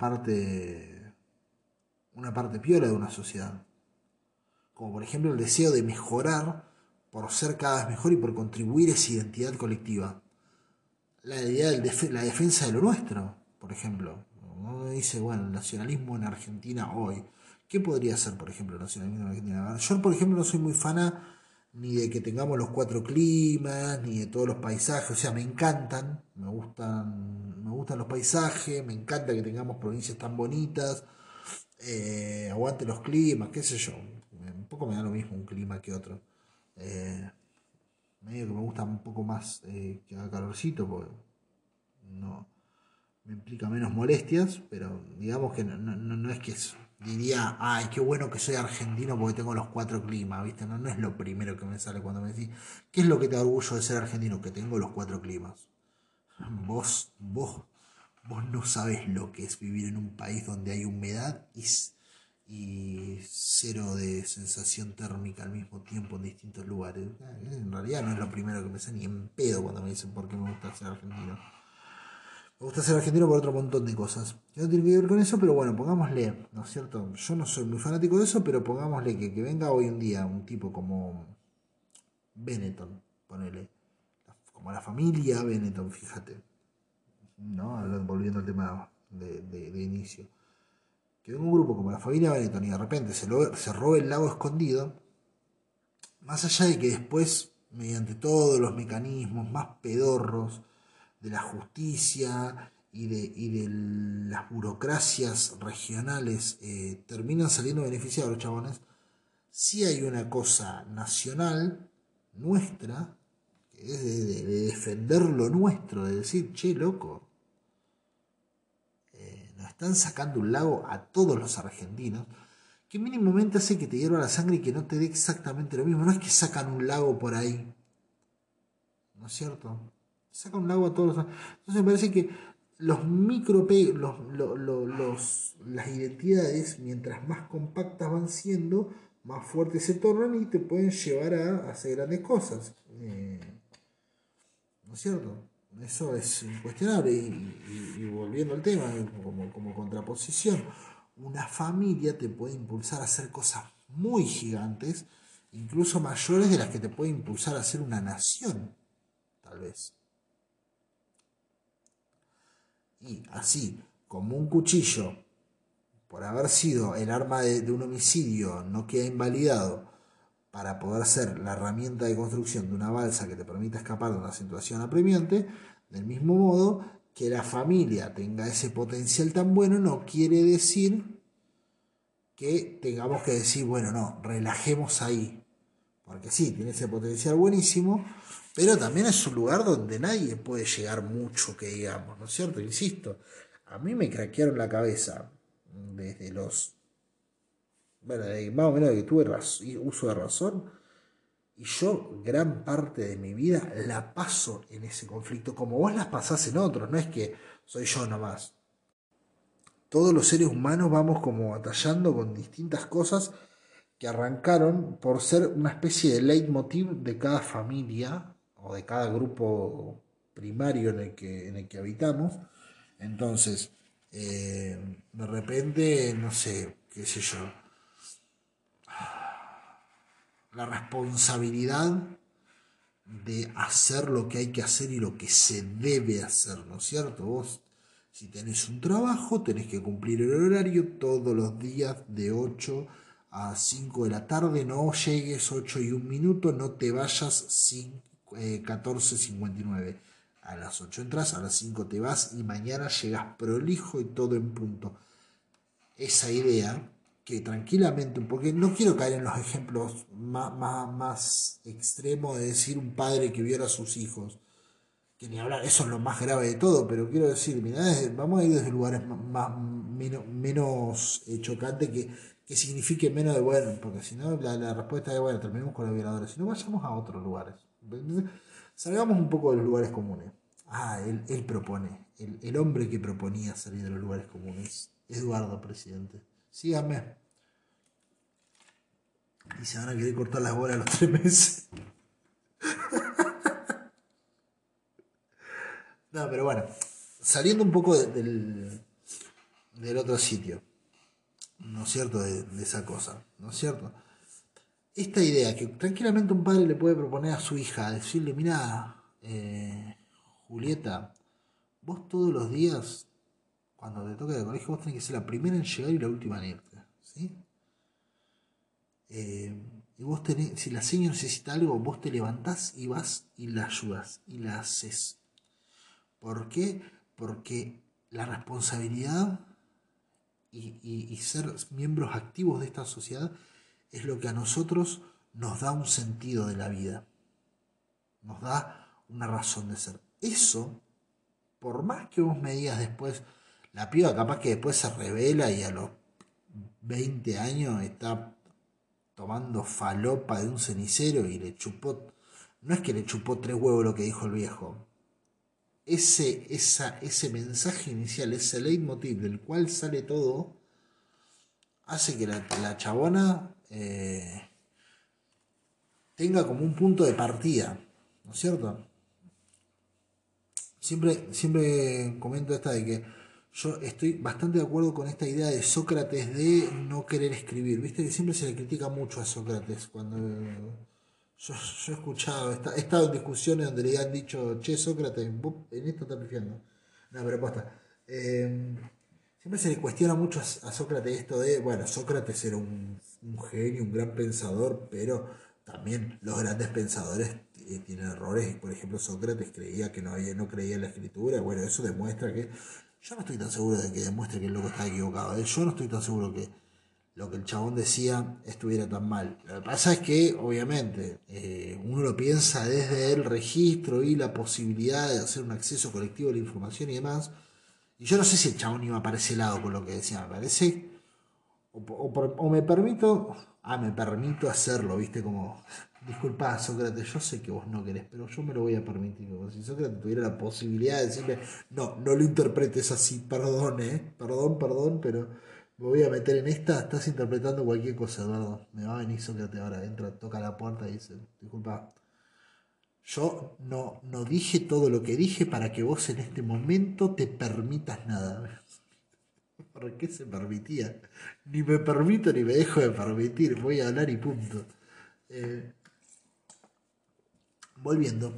parte piola de una sociedad. Como por ejemplo el deseo de mejorar por ser cada vez mejor y por contribuir a esa identidad colectiva. La idea de la defensa de lo nuestro, por ejemplo. Uno dice, bueno, el nacionalismo en Argentina hoy. ¿Qué podría ser, por ejemplo, el nacionalismo en Argentina? Yo, por ejemplo, no soy muy fana ni de que tengamos los 4 climas, ni de todos los paisajes. O sea, me encantan, me gustan los paisajes, me encanta que tengamos provincias tan bonitas. Aguante los climas, qué sé yo. Un poco me da lo mismo un clima que otro. Eh, Medio que me gusta un poco más que haga calorcito, porque no me implica menos molestias, pero digamos que no es que diría, ay, qué bueno que soy argentino porque tengo los 4 climas, ¿viste? No es lo primero que me sale cuando me decís, ¿qué es lo que te da orgullo de ser argentino? Que tengo los 4 climas. Vos no sabés lo que es vivir en un país donde hay humedad y cero de sensación térmica al mismo tiempo en distintos lugares. En realidad no es lo primero que me sale ni en pedo cuando me dicen por qué me gusta ser argentino. Me gusta ser argentino por otro montón de cosas que no tiene que ver con eso, pero bueno, pongámosle, ¿no es cierto? Yo no soy muy fanático de eso, pero pongámosle que venga hoy un día un tipo como Benetton, ponele, como la familia Benetton, fíjate, ¿no? Volviendo al tema de inicio. Que venga un grupo como la familia Benetton y de repente se robe el lago escondido, más allá de que después, mediante todos los mecanismos más pedorros de la justicia y de las burocracias regionales, terminan saliendo beneficiados los chabones, sí hay una cosa nacional nuestra, que es de defender lo nuestro, de decir, che, loco, nos están sacando un lago a todos los argentinos, que mínimamente hace que te hierva la sangre y que no te dé exactamente lo mismo. No es que sacan un lago por ahí, ¿no es cierto? Sacan un lago a todos los... Entonces me parece que las identidades, mientras más compactas van siendo, más fuertes se tornan y te pueden llevar a hacer grandes cosas. ¿No es cierto? Eso es incuestionable. Y volviendo al tema, como contraposición, una familia te puede impulsar a hacer cosas muy gigantes, incluso mayores de las que te puede impulsar a hacer una nación, tal vez. Y así, como un cuchillo, por haber sido el arma de un homicidio, no queda invalidado para poder ser la herramienta de construcción de una balsa que te permita escapar de una situación apremiante, del mismo modo que la familia tenga ese potencial tan bueno, no quiere decir que tengamos que decir, bueno, no, relajemos ahí. Porque sí, tiene ese potencial buenísimo, pero también es un lugar donde nadie puede llegar mucho, que digamos, ¿no es cierto? Insisto, a mí me craquearon la cabeza desde los... Bueno, más o menos de que tuve uso de razón, y yo gran parte de mi vida la paso en ese conflicto, como vos las pasás en otros, no es que soy yo nomás. Todos los seres humanos vamos como batallando con distintas cosas que arrancaron por ser una especie de leitmotiv de cada familia o de cada grupo primario en el que habitamos. Entonces, de repente, no sé, qué sé yo, la responsabilidad de hacer lo que hay que hacer y lo que se debe hacer, ¿no es cierto? Vos, si tenés un trabajo, tenés que cumplir el horario todos los días de 8 a 5 de la tarde, no llegues 8 y 1 minuto, no te vayas sin 14:59. A las 8 entras, a las 5 te vas y mañana llegas prolijo y todo en punto. Esa idea que tranquilamente, porque no quiero caer en los ejemplos más extremos de decir un padre que viola a sus hijos, que ni hablar, eso es lo más grave de todo, pero quiero decir, mira, vamos a ir desde lugares menos chocantes que signifique menos de bueno, porque si no la respuesta es bueno, terminemos con los violadores, si no vayamos a otros lugares, salgamos un poco de los lugares comunes. Él propone, el hombre que proponía salir de los lugares comunes, Eduardo, presidente. Síganme. Y se van a querer cortar las bolas a los 3 meses. No, pero bueno, saliendo un poco del otro sitio, ¿no es cierto? De esa cosa, ¿no es cierto? Esta idea que tranquilamente un padre le puede proponer a su hija, decirle, mira, Julieta, vos todos los días, cuando te toque de colegio, vos tenés que ser la primera en llegar y la última en irte, ¿sí? Y vos tenés, si la señora necesita algo, vos te levantás y vas y la ayudas y la haces. ¿Por qué? Porque la responsabilidad y ser miembros activos de esta sociedad es lo que a nosotros nos da un sentido de la vida, nos da una razón de ser. Eso, por más que vos me digas después, la piba capaz que después se revela y a los 20 años está tomando falopa de un cenicero y le chupó, no es que le chupó 3 huevos lo que dijo el viejo. Ese mensaje inicial, ese leitmotiv del cual sale todo, hace que la chabona tenga como un punto de partida, ¿no es cierto? Siempre comento esta de que yo estoy bastante de acuerdo con esta idea de Sócrates de no querer escribir. Viste que siempre se le critica mucho a Sócrates cuando yo he escuchado, he estado en discusiones donde le han dicho, che, Sócrates, vos en esto estás pifiando. No, pero posta. Siempre se le cuestiona mucho a Sócrates esto de, bueno, Sócrates era un genio, un gran pensador, pero también los grandes pensadores tienen errores. Por ejemplo, Sócrates creía que no creía en la escritura. Bueno, eso demuestra que... Yo no estoy tan seguro de que demuestre que el loco está equivocado. Yo no estoy tan seguro que lo que el chabón decía estuviera tan mal. Lo que pasa es que, obviamente, uno lo piensa desde el registro y la posibilidad de hacer un acceso colectivo a la información y demás. Y yo no sé si el chabón iba para ese lado con lo que decía. Me parece... O me permito... me permito hacerlo, ¿viste? Como... Disculpa, Sócrates, yo sé que vos no querés, pero yo me lo voy a permitir. Como si Sócrates tuviera la posibilidad de decirme, no lo interpretes así, perdón, perdón, pero me voy a meter en esta, estás interpretando cualquier cosa, Eduardo. Me va a venir Sócrates ahora, entra, toca la puerta y dice, disculpa, yo no dije todo lo que dije para que vos en este momento te permitas nada. ¿Por qué se permitía? Ni me permito ni me dejo de permitir, voy a hablar y punto. Volviendo,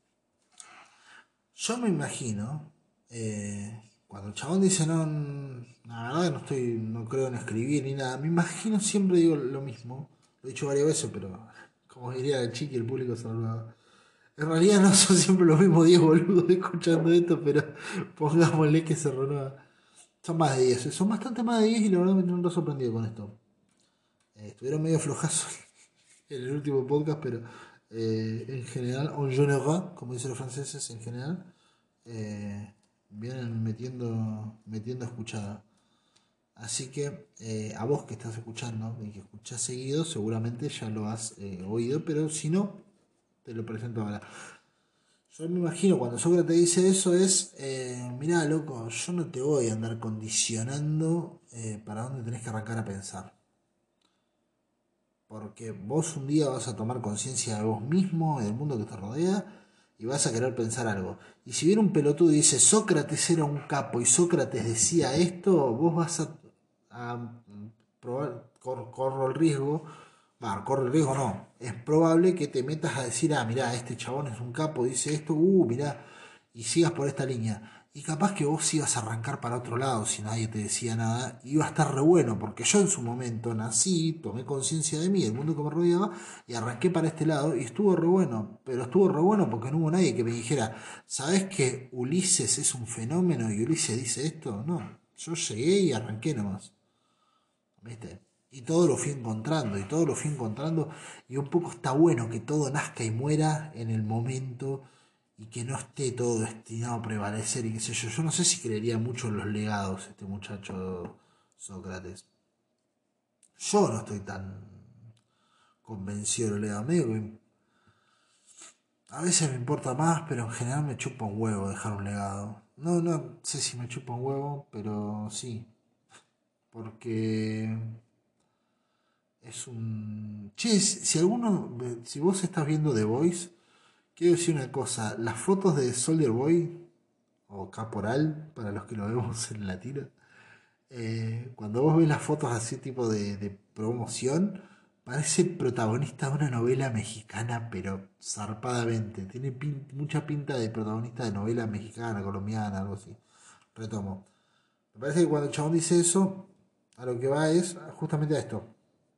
yo me imagino, cuando el chabón dice la verdad no creo en escribir ni nada, me imagino, siempre digo lo mismo, lo he dicho varias veces, pero como diría el chiqui, el público saludado. En realidad no son siempre los mismos 10 boludos escuchando esto, pero pongámosle que se renueva. Son más de 10, son bastante más de 10 y la verdad me he sorprendido con esto. Estuvieron medio flojazos en el último podcast, pero en general, en general, como dicen los franceses, en general, vienen metiendo escuchada. Así que a vos que estás escuchando y que escuchás seguido, seguramente ya lo has oído, pero si no, te lo presento ahora. Yo me imagino cuando Sócrates dice eso es, mirá, loco, yo no te voy a andar condicionando para dónde tenés que arrancar a pensar. Porque vos un día vas a tomar conciencia de vos mismo, del mundo que te rodea, y vas a querer pensar algo. Y si viene un pelotudo y dice, Sócrates era un capo y Sócrates decía esto, vos vas a probar, corro el riesgo, Va, corre el riesgo no. Es probable que te metas a decir, ah, mirá, este chabón es un capo, dice esto, mirá, y sigas por esta línea. Y capaz que vos ibas a arrancar para otro lado si nadie te decía nada, y iba a estar re bueno, porque yo en su momento nací, tomé conciencia de mí, del mundo que me rodeaba, y arranqué para este lado, y estuvo re bueno, pero estuvo re bueno porque no hubo nadie que me dijera, ¿sabés que Ulises es un fenómeno y Ulises dice esto? No, yo llegué y arranqué nomás. ¿Viste? Y todo lo fui encontrando, y todo lo fui encontrando, y un poco está bueno que todo nazca y muera en el momento, y que no esté todo destinado a prevalecer, y qué sé yo. Yo no sé si creería mucho en los legados este muchacho Sócrates. Yo no estoy tan convencido de los legados. Medio que a veces me importa más, pero en general me chupa un huevo dejar un legado. No sé si me chupa un huevo, pero sí. Porque es un... Che, si vos estás viendo The Voice, quiero decir una cosa, las fotos de Soldier Boy, o Caporal, para los que lo vemos en latino, cuando vos ves las fotos así tipo de promoción, parece protagonista de una novela mexicana, pero zarpadamente. Tiene mucha pinta de protagonista de novela mexicana, colombiana, algo así. Retomo. Me parece que cuando el chabón dice eso, a lo que va es justamente a esto.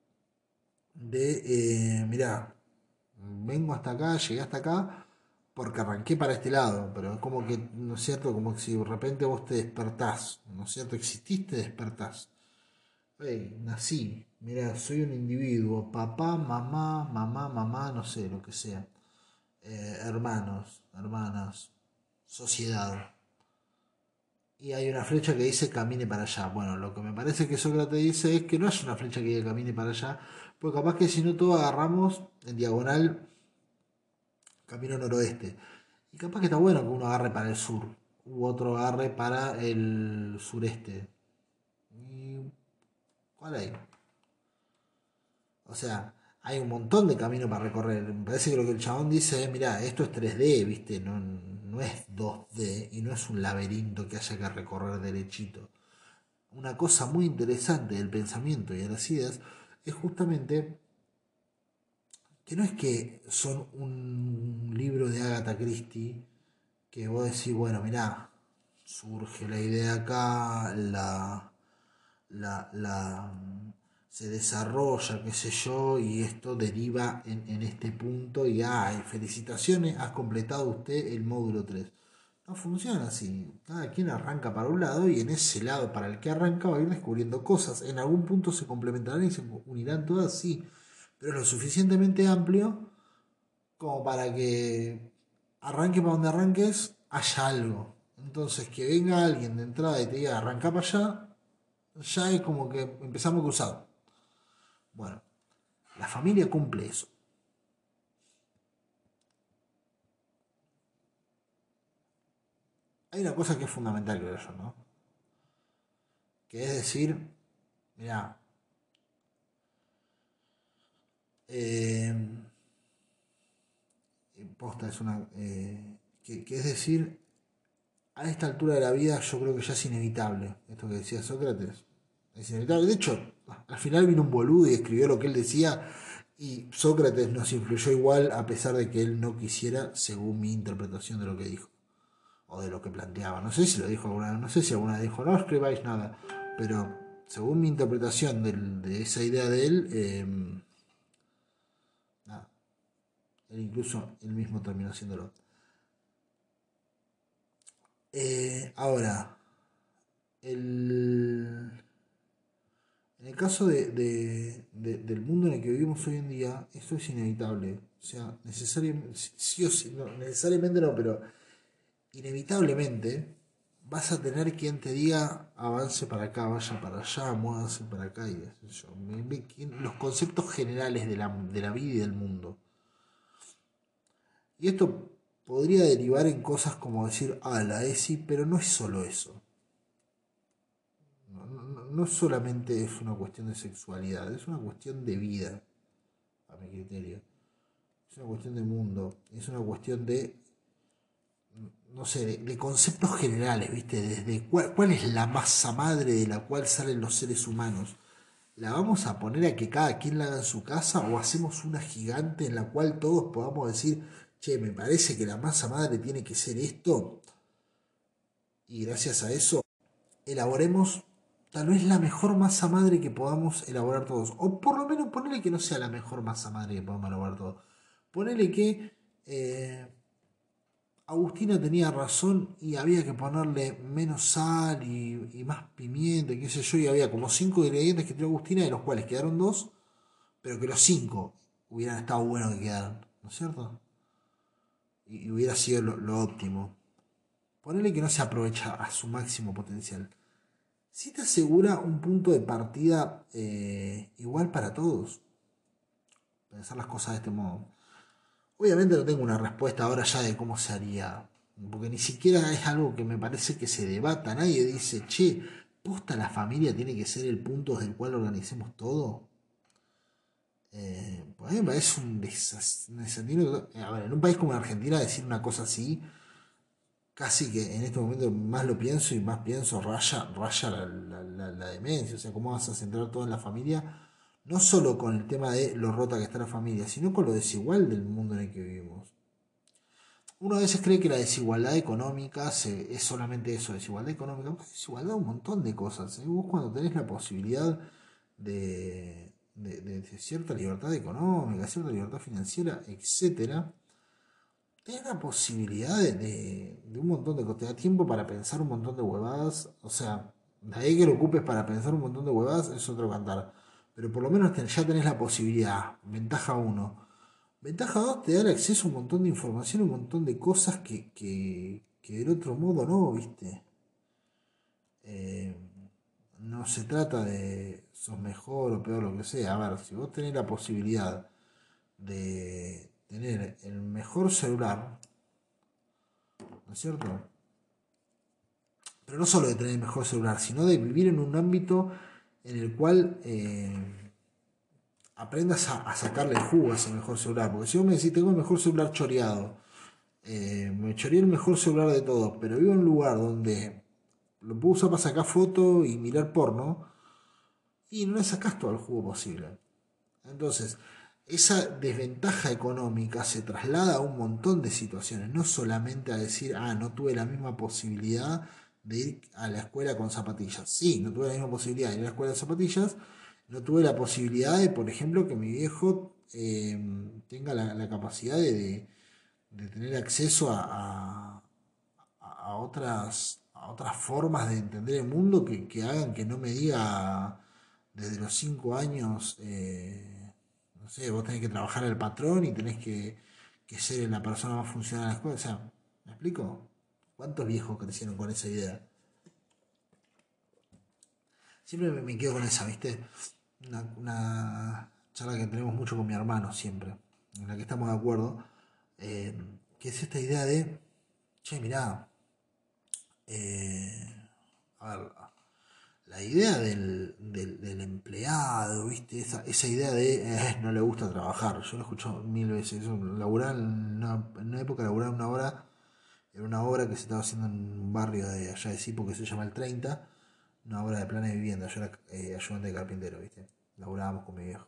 Mirá, vengo hasta acá, llegué hasta acá, porque arranqué para este lado, pero es como que, ¿no es cierto? Como que si de repente vos te despertás, ¿no es cierto? Exististe, despertás. Hey, nací, mirá, soy un individuo, papá, mamá, no sé, lo que sea. Hermanos, hermanas, sociedad. Y hay una flecha que dice camine para allá. Bueno, lo que me parece que Sócrates dice es que no hay una flecha que diga camine para allá, porque capaz que si no todos agarramos en diagonal camino noroeste. Y capaz que está bueno que uno agarre para el sur, u otro agarre para el sureste. ¿Y cuál hay? O sea, hay un montón de camino para recorrer. Me parece que lo que el chabón dice es, mira, esto es 3D, ¿viste? No es 2D y no es un laberinto que haya que recorrer derechito. Una cosa muy interesante del pensamiento y de las ideas es justamente que no es que son un libro de Agatha Christie que vos decís, bueno, mirá, surge la idea acá, la se desarrolla, qué sé yo, y esto deriva en este punto y ay, felicitaciones, has completado usted el módulo 3. No funciona así. Cada quien arranca para un lado y en ese lado para el que arranca va a ir descubriendo cosas. En algún punto se complementarán y se unirán todas, sí. Pero es lo suficientemente amplio como para que arranque para donde arranques, haya algo. Entonces que venga alguien de entrada y te diga arranca para allá, ya es como que empezamos cruzado. Bueno, la familia cumple eso. Hay una cosa que es fundamental, creo yo, ¿no? Que es decir, mira, eh, posta es una... que es decir, a esta altura de la vida yo creo que ya es inevitable, esto que decía Sócrates, es inevitable. De hecho, al final vino un boludo y escribió lo que él decía y Sócrates nos influyó igual a pesar de que él no quisiera, según mi interpretación de lo que dijo o de lo que planteaba. No sé si lo dijo alguna vez, no sé si alguna vez dijo, no escribáis nada, pero según mi interpretación de esa idea de él, nada, él incluso él mismo terminó haciéndolo. Ahora, el, en el caso del mundo en el que vivimos hoy en día, esto es inevitable. O sea, necesariamente, sí o sí, no, necesariamente no, pero inevitablemente vas a tener quien te diga avance para acá, vaya para allá, muévase para acá y eso. Los conceptos generales de la vida y del mundo. Y esto podría derivar en cosas como decir, ah, la ESI, pero no es solo eso. No solamente es una cuestión de sexualidad, es una cuestión de vida, a mi criterio. Es una cuestión de mundo, es una cuestión de, no sé, de conceptos generales, ¿viste? Desde cuál es la masa madre de la cual salen los seres humanos. ¿La vamos a poner a que cada quien la haga en su casa o hacemos una gigante en la cual todos podamos decir, che, me parece que la masa madre tiene que ser esto? Y gracias a eso elaboremos tal vez la mejor masa madre que podamos elaborar todos. O por lo menos ponele que no sea la mejor masa madre que podamos elaborar todos. Ponele que Agustina tenía razón y había que ponerle menos sal y más pimienta, y qué sé yo, y había como 5 ingredientes que tiró Agustina, de los cuales quedaron 2, pero que los 5 hubieran estado buenos que quedaran, ¿no es cierto? Y hubiera sido lo óptimo. Ponele que no se aprovecha a su máximo potencial. Si te asegura un punto de partida igual para todos. Pensar las cosas de este modo. Obviamente no tengo una respuesta ahora ya de cómo se haría. Porque ni siquiera es algo que me parece que se debata. Nadie dice, che, ¿posta la familia tiene que ser el punto desde el cual organicemos todo? Pues a mí me parece un desatino. A ver, en un país como Argentina decir una cosa así, casi que en este momento más lo pienso y más pienso, raya la demencia. O sea, ¿cómo vas a centrar todo en la familia? No solo con el tema de lo rota que está la familia, sino con lo desigual del mundo en el que vivimos. Uno a veces cree que la desigualdad económica es solamente eso, desigualdad económica. Pero desigualdad un montón de cosas. Vos cuando tenés la posibilidad de cierta libertad económica, cierta libertad financiera, etcétera, tenés la posibilidad de un montón de cosas. Te da tiempo para pensar un montón de huevadas. O sea, de ahí que lo ocupes para pensar un montón de huevadas es otro cantar. Pero por lo menos ya tenés la posibilidad. Ventaja uno. Ventaja 2 te da el acceso a un montón de información, un montón de cosas que del otro modo no, ¿viste? Eh, no se trata de sos mejor o peor, lo que sea. A ver, si vos tenés la posibilidad de tener el mejor celular, ¿no es cierto? Pero no solo de tener el mejor celular, sino de vivir en un ámbito en el cual aprendas a sacarle el jugo a ese mejor celular. Porque si vos me decís, tengo el mejor celular choreado, me choreé el mejor celular de todos, pero vivo en un lugar donde lo puedo usar para sacar fotos y mirar porno, y no le sacás todo el jugo posible. Entonces, esa desventaja económica se traslada a un montón de situaciones, no solamente a decir, no tuve la misma posibilidad de ir a la escuela con zapatillas. Sí, no tuve la misma posibilidad de ir a la escuela con zapatillas, no tuve la posibilidad de, por ejemplo, que mi viejo tenga la capacidad de tener acceso a otras formas de entender el mundo que hagan que no me diga desde los 5 años, no sé, vos tenés que trabajar al patrón y tenés que ser la persona más funcional de la escuela. O sea, ¿me explico? ¿Cuántos viejos crecieron con esa idea? Siempre me quedo con esa, ¿viste? Una charla que tenemos mucho con mi hermano siempre, en la que estamos de acuerdo, que es esta idea de, che, mirá, a ver, la idea del empleado, ¿viste? Esa idea de no le gusta trabajar. Yo lo he escuchado 1000 veces. Yo laburar en una época laburaba una hora, era una obra que se estaba haciendo en un barrio de allá de Sipo que se llama el 30, una obra de planes de vivienda. Yo era ayudante de carpintero, ¿viste? Laburábamos con mi viejo.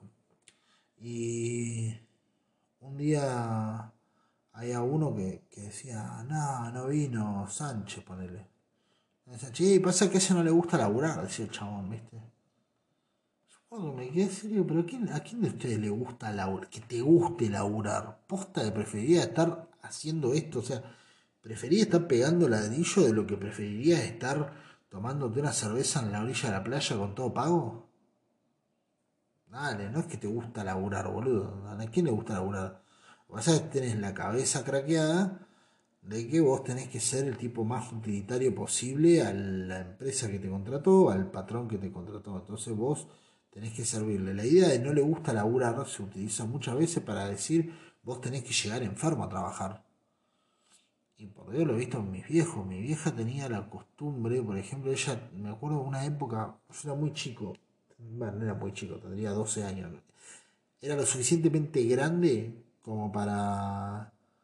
Y un día había uno que decía, no vino Sánchez, ponele. Decía, che, pasa que a ese no le gusta laburar, decía el chabón, ¿viste? Yo me quedé serio, pero ¿a quién de ustedes le gusta laburar? Que te guste laburar. Posta de preferiría estar haciendo esto, o sea, preferiría estar pegando ladrillo de lo que preferiría estar tomándote una cerveza en la orilla de la playa con todo pago. Dale, no es que te gusta laburar, boludo. ¿A quién le gusta laburar? O sea, tenés la cabeza craqueada de que vos tenés que ser el tipo más utilitario posible a la empresa que te contrató, al patrón que te contrató. Entonces vos tenés que servirle. La idea de no le gusta laburar se utiliza muchas veces para decir vos tenés que llegar enfermo a trabajar. Y por Dios lo he visto en mis viejos. Mi vieja tenía la costumbre, por ejemplo, ella, me acuerdo de una época, yo era muy chico, bueno, no era muy chico, tendría 12 años. Era lo suficientemente grande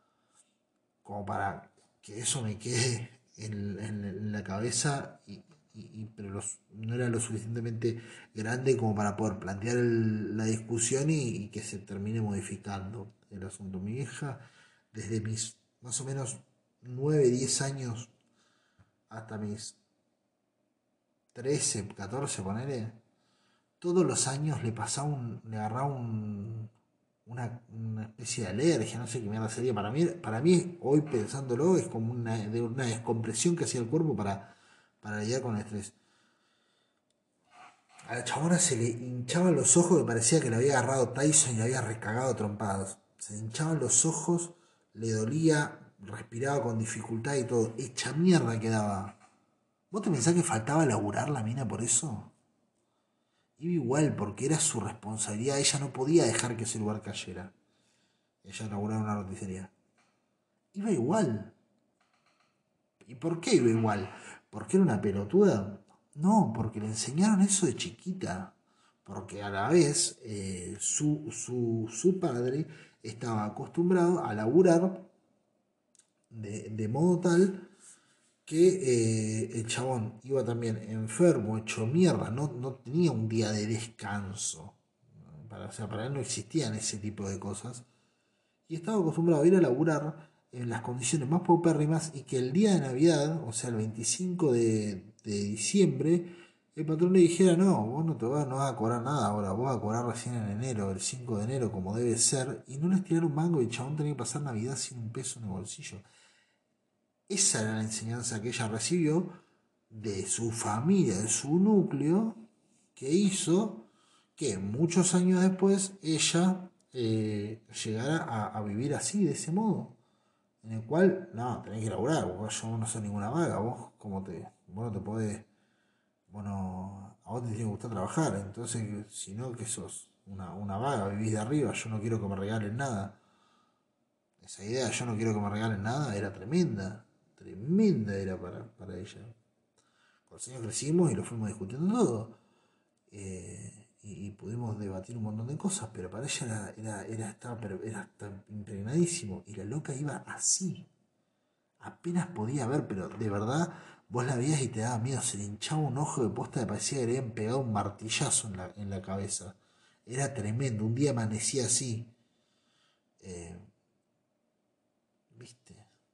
como para que eso me quede en la cabeza y pero no era lo suficientemente grande como para poder plantear la discusión y que se termine modificando el asunto. Mi vieja, desde mis más o menos 9 10 años hasta mis 13 14 ponele, todos los años le pasaba le agarraba una especie de alergia, no sé qué mierda sería. Para mí, hoy pensándolo, es como una descompresión que hacía el cuerpo para lidiar con el estrés. A la chabona se le hinchaban los ojos, que parecía que le había agarrado Tyson y le había recagado trompadas. Se le hinchaban los ojos, le dolía, respiraba con dificultad y todo. Hecha mierda quedaba. ¿Vos te pensás que faltaba laburar la mina por eso? Iba igual, porque era su responsabilidad. Ella no podía dejar que ese lugar cayera. Ella laburaba en una roticería. Iba igual. ¿Y por qué iba igual? ¿Porque era una pelotuda? No, porque le enseñaron eso de chiquita. Porque a la vez su padre estaba acostumbrado a laburar de modo tal que el chabón iba también enfermo, hecho mierda, no tenía un día de descanso. O sea, para él no existían ese tipo de cosas. Y estaba acostumbrado a ir a laburar en las condiciones más paupérrimas y que el día de Navidad, o sea, el 25 de diciembre, el patrón le dijera, no, vos no vas a cobrar nada ahora, vos vas a cobrar recién en enero, el 5 de enero, como debe ser, y no les tiraron un mango y el chabón tenía que pasar Navidad sin un peso en el bolsillo. Esa era la enseñanza que ella recibió de su familia, de su núcleo, que hizo que muchos años después ella llegara a vivir así, de ese modo. En el cual, no, tenés que laburar, yo no soy ninguna vaga, vos no te podés, a vos te tiene que gustar trabajar, entonces, si no, que sos una vaga, vivís de arriba, yo no quiero que me regalen nada. Esa idea, yo no quiero que me regalen nada, era tremenda era para ella. Con los años crecimos y lo fuimos discutiendo todo. Y pudimos debatir un montón de cosas, pero para ella era impregnadísimo. Y la loca iba así. Apenas podía ver, pero de verdad vos la veías y te daba miedo. Se le hinchaba un ojo de posta que parecía que le habían pegado un martillazo en la cabeza. Era tremendo. Un día amanecía así. ¿Viste?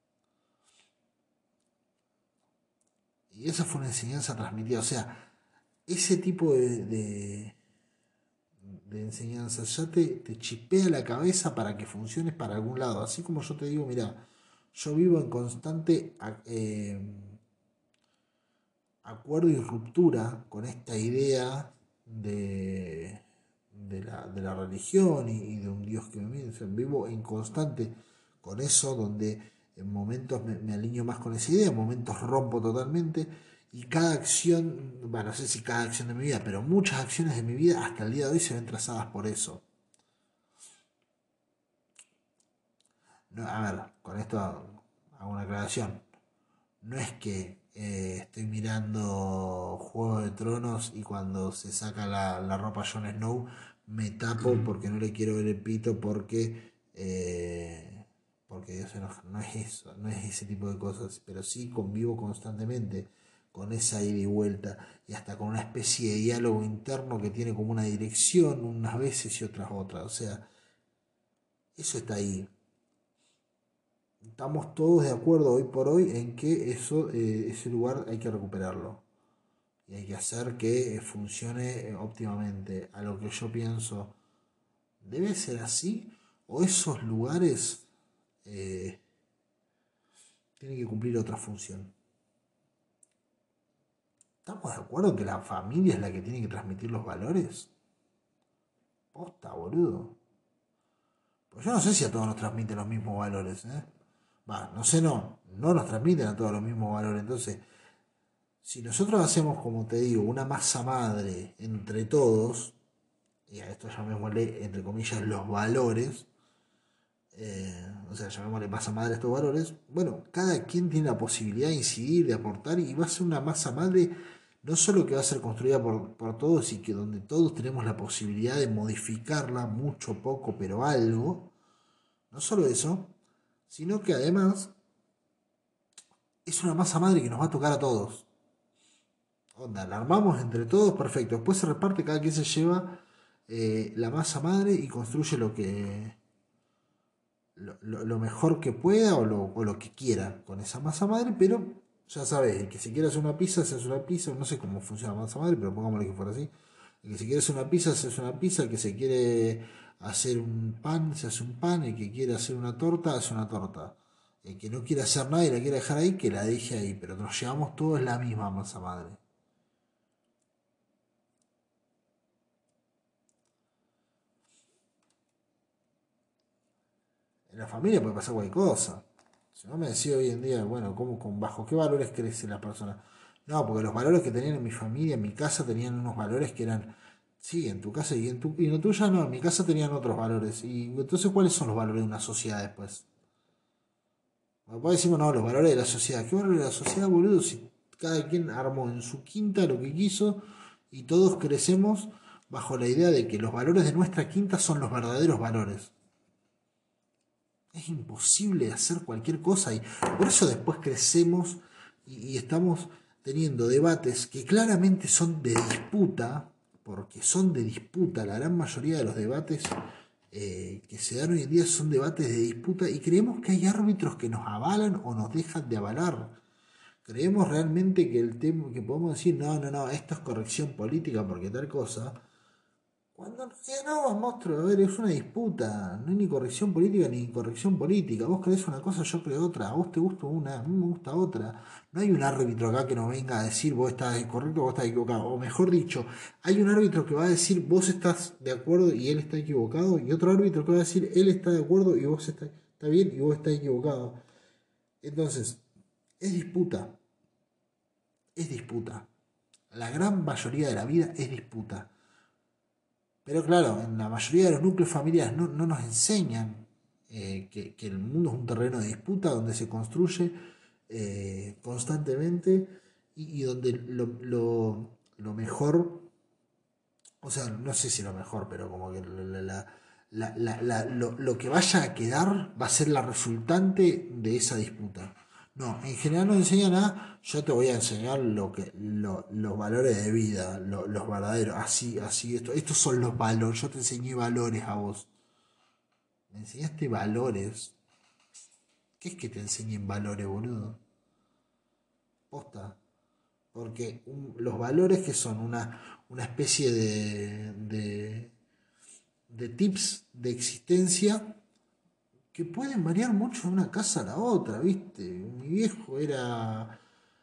Y esa fue una enseñanza transmitida. O sea, ese tipo de enseñanza ya te chipea la cabeza para que funciones para algún lado. Así como yo te digo, mira, yo vivo en constante acuerdo y ruptura con esta idea de la religión y de un Dios que me mide. O sea, vivo en constante con eso, donde en momentos me alineo más con esa idea, en momentos rompo totalmente. Y cada acción, bueno, no sé si cada acción de mi vida, pero muchas acciones de mi vida hasta el día de hoy se ven trazadas por eso. No, a ver, con esto hago una aclaración. No es que estoy mirando Juego de Tronos y cuando se saca la ropa Jon Snow me tapo porque no le quiero ver el pito porque Dios se enoja. No es eso, no es ese tipo de cosas, pero sí convivo constantemente con esa ida y vuelta y hasta con una especie de diálogo interno que tiene como una dirección unas veces y otras. O sea, eso está ahí. Estamos todos de acuerdo hoy por hoy en que ese lugar hay que recuperarlo y hay que hacer que funcione óptimamente. A lo que yo pienso, ¿debe ser así? ¿O esos lugares tienen que cumplir otra función? ¿Estamos de acuerdo en que la familia es la que tiene que transmitir los valores? Posta, boludo. Pues yo no sé si a todos nos transmiten los mismos valores, ¿eh? No sé, no nos transmiten a todos los mismos valores. Entonces, si nosotros hacemos, como te digo, una masa madre entre todos, y a esto llamémosle, entre comillas, los valores, o sea, llamémosle masa madre a estos valores, bueno, cada quien tiene la posibilidad de incidir, de aportar, y va a ser una masa madre no solo que va a ser construida por todos y que donde todos tenemos la posibilidad de modificarla, mucho, poco, pero algo, no solo eso, sino que además es una masa madre que nos va a tocar a todos. Onda, la armamos entre todos, perfecto. Después se reparte, cada quien se lleva la masa madre y construye lo mejor que pueda o lo que quiera con esa masa madre, pero ya sabes, el que se quiere hacer una pizza, se hace una pizza, no sé cómo funciona la masa madre, pero pongámosle que fuera así. El que se quiere hacer una pizza, se hace una pizza, el que se quiere hacer un pan, se hace un pan, el que quiere hacer una torta, hace una torta. El que no quiere hacer nada y la quiere dejar ahí, que la deje ahí, pero nos llevamos todos la misma masa madre. En la familia puede pasar cualquier cosa. Si no me decía hoy en día, bueno, bajo qué valores crece la persona? No, porque los valores que tenían en mi familia, en mi casa, tenían unos valores que eran, sí, en tu casa y en la tuya no, en mi casa tenían otros valores. Y entonces, ¿cuáles son los valores de una sociedad después? Después decimos, no, los valores de la sociedad. ¿Qué valores de la sociedad, boludo? Si cada quien armó en su quinta lo que quiso y todos crecemos bajo la idea de que los valores de nuestra quinta son los verdaderos valores. Es imposible hacer cualquier cosa y por eso después crecemos y estamos teniendo debates que claramente son de disputa, porque son de disputa, la gran mayoría de los debates que se dan hoy en día son debates de disputa y creemos que hay árbitros que nos avalan o nos dejan de avalar. Creemos realmente que el tema que podemos decir, no, esto es corrección política porque tal cosa. Cuando en realidad no, monstruo, a ver, es una disputa, no hay ni corrección política ni corrección política. Vos crees una cosa, yo creo otra, a vos te gusta una, a mí me gusta otra. No hay un árbitro acá que nos venga a decir vos estás correcto o vos estás equivocado. O mejor dicho, hay un árbitro que va a decir vos estás de acuerdo y él está equivocado. Y otro árbitro que va a decir él está de acuerdo y vos está bien y vos estás equivocado. Entonces, es disputa, es disputa. La gran mayoría de la vida es disputa. Pero claro, en la mayoría de los núcleos familiares no nos enseñan que el mundo es un terreno de disputa donde se construye constantemente y donde lo mejor, o sea, no sé si lo mejor, pero como que lo que vaya a quedar va a ser la resultante de esa disputa. No, en general no enseñan a, yo te voy a enseñar los valores de vida, los verdaderos, así, estos son los valores, yo te enseñé valores a vos. Me enseñaste valores. ¿Qué es que te enseñen valores, boludo? Posta. Porque los valores que son una especie de tips de existencia que pueden variar mucho de una casa a la otra, ¿viste? Mi viejo era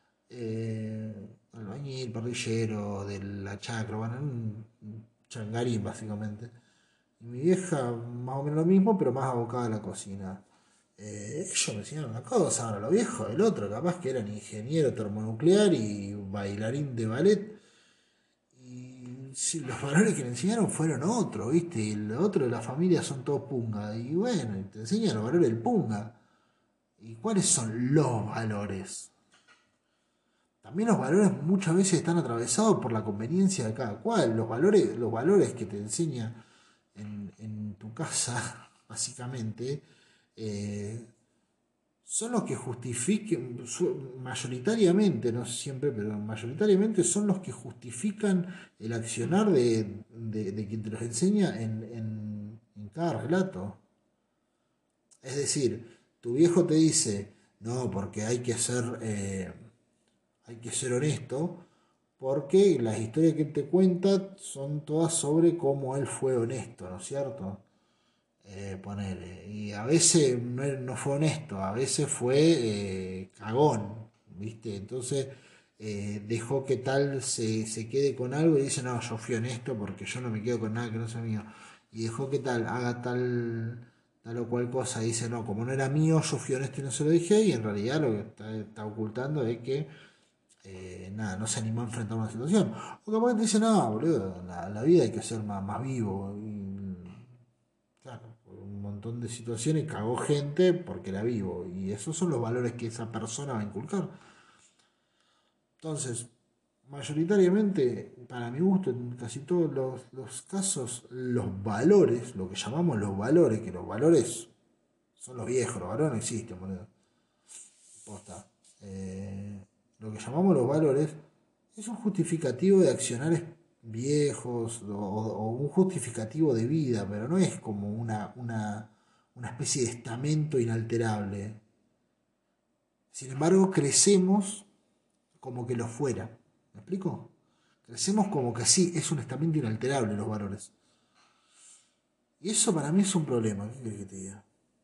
albañil, parrillero de la chacra, bueno, un changarín básicamente. Y mi vieja más o menos lo mismo, pero más abocada a la cocina. Ellos me enseñaron una cosa, ahora lo viejo, el otro capaz que eran ingeniero termonuclear y bailarín de ballet. Y sí, los valores que le enseñaron fueron otros, ¿viste? Y el otro de la familia son todos punga. Y bueno, te enseñan los valores del punga. ¿Y cuáles son los valores? También los valores muchas veces están atravesados por la conveniencia de cada cual. Los valores que te enseña en tu casa, básicamente, eh, son los que justifiquen, mayoritariamente, no siempre, pero mayoritariamente son los que justifican el accionar de quien te los enseña en cada relato. Es decir, tu viejo te dice, no, porque hay que ser honesto, porque las historias que él te cuenta son todas sobre cómo él fue honesto, ¿no es cierto? Ponele. Y a veces no fue honesto, a veces fue cagón, ¿viste? Entonces dejó que tal se quede con algo y dice, no, yo fui honesto porque yo no me quedo con nada que no sea mío. Y dejó que tal haga tal o cual cosa y dice, no, como no era mío, yo fui honesto y no se lo dije. Y en realidad lo que está ocultando es que nada, no se animó a enfrentar una situación. O capaz te dice, no, boludo, la vida hay que ser más vivo. Y, claro, por un montón de situaciones cagó gente porque la vivo. Y esos son los valores que esa persona va a inculcar. Entonces, mayoritariamente, para mi gusto, en casi todos los casos, los valores, lo que llamamos los valores, que los valores son los viejos, los valores no existen, boludo. Posta. Lo que llamamos los valores Es un justificativo de accionarios viejos o un justificativo de vida, pero no es como una especie de estamento inalterable. Sin embargo, crecemos como que lo fuera. ¿Me explico? Crecemos como que sí, es un estamento inalterable los valores. Y eso para mí es un problema. ¿Qué querés que te diga?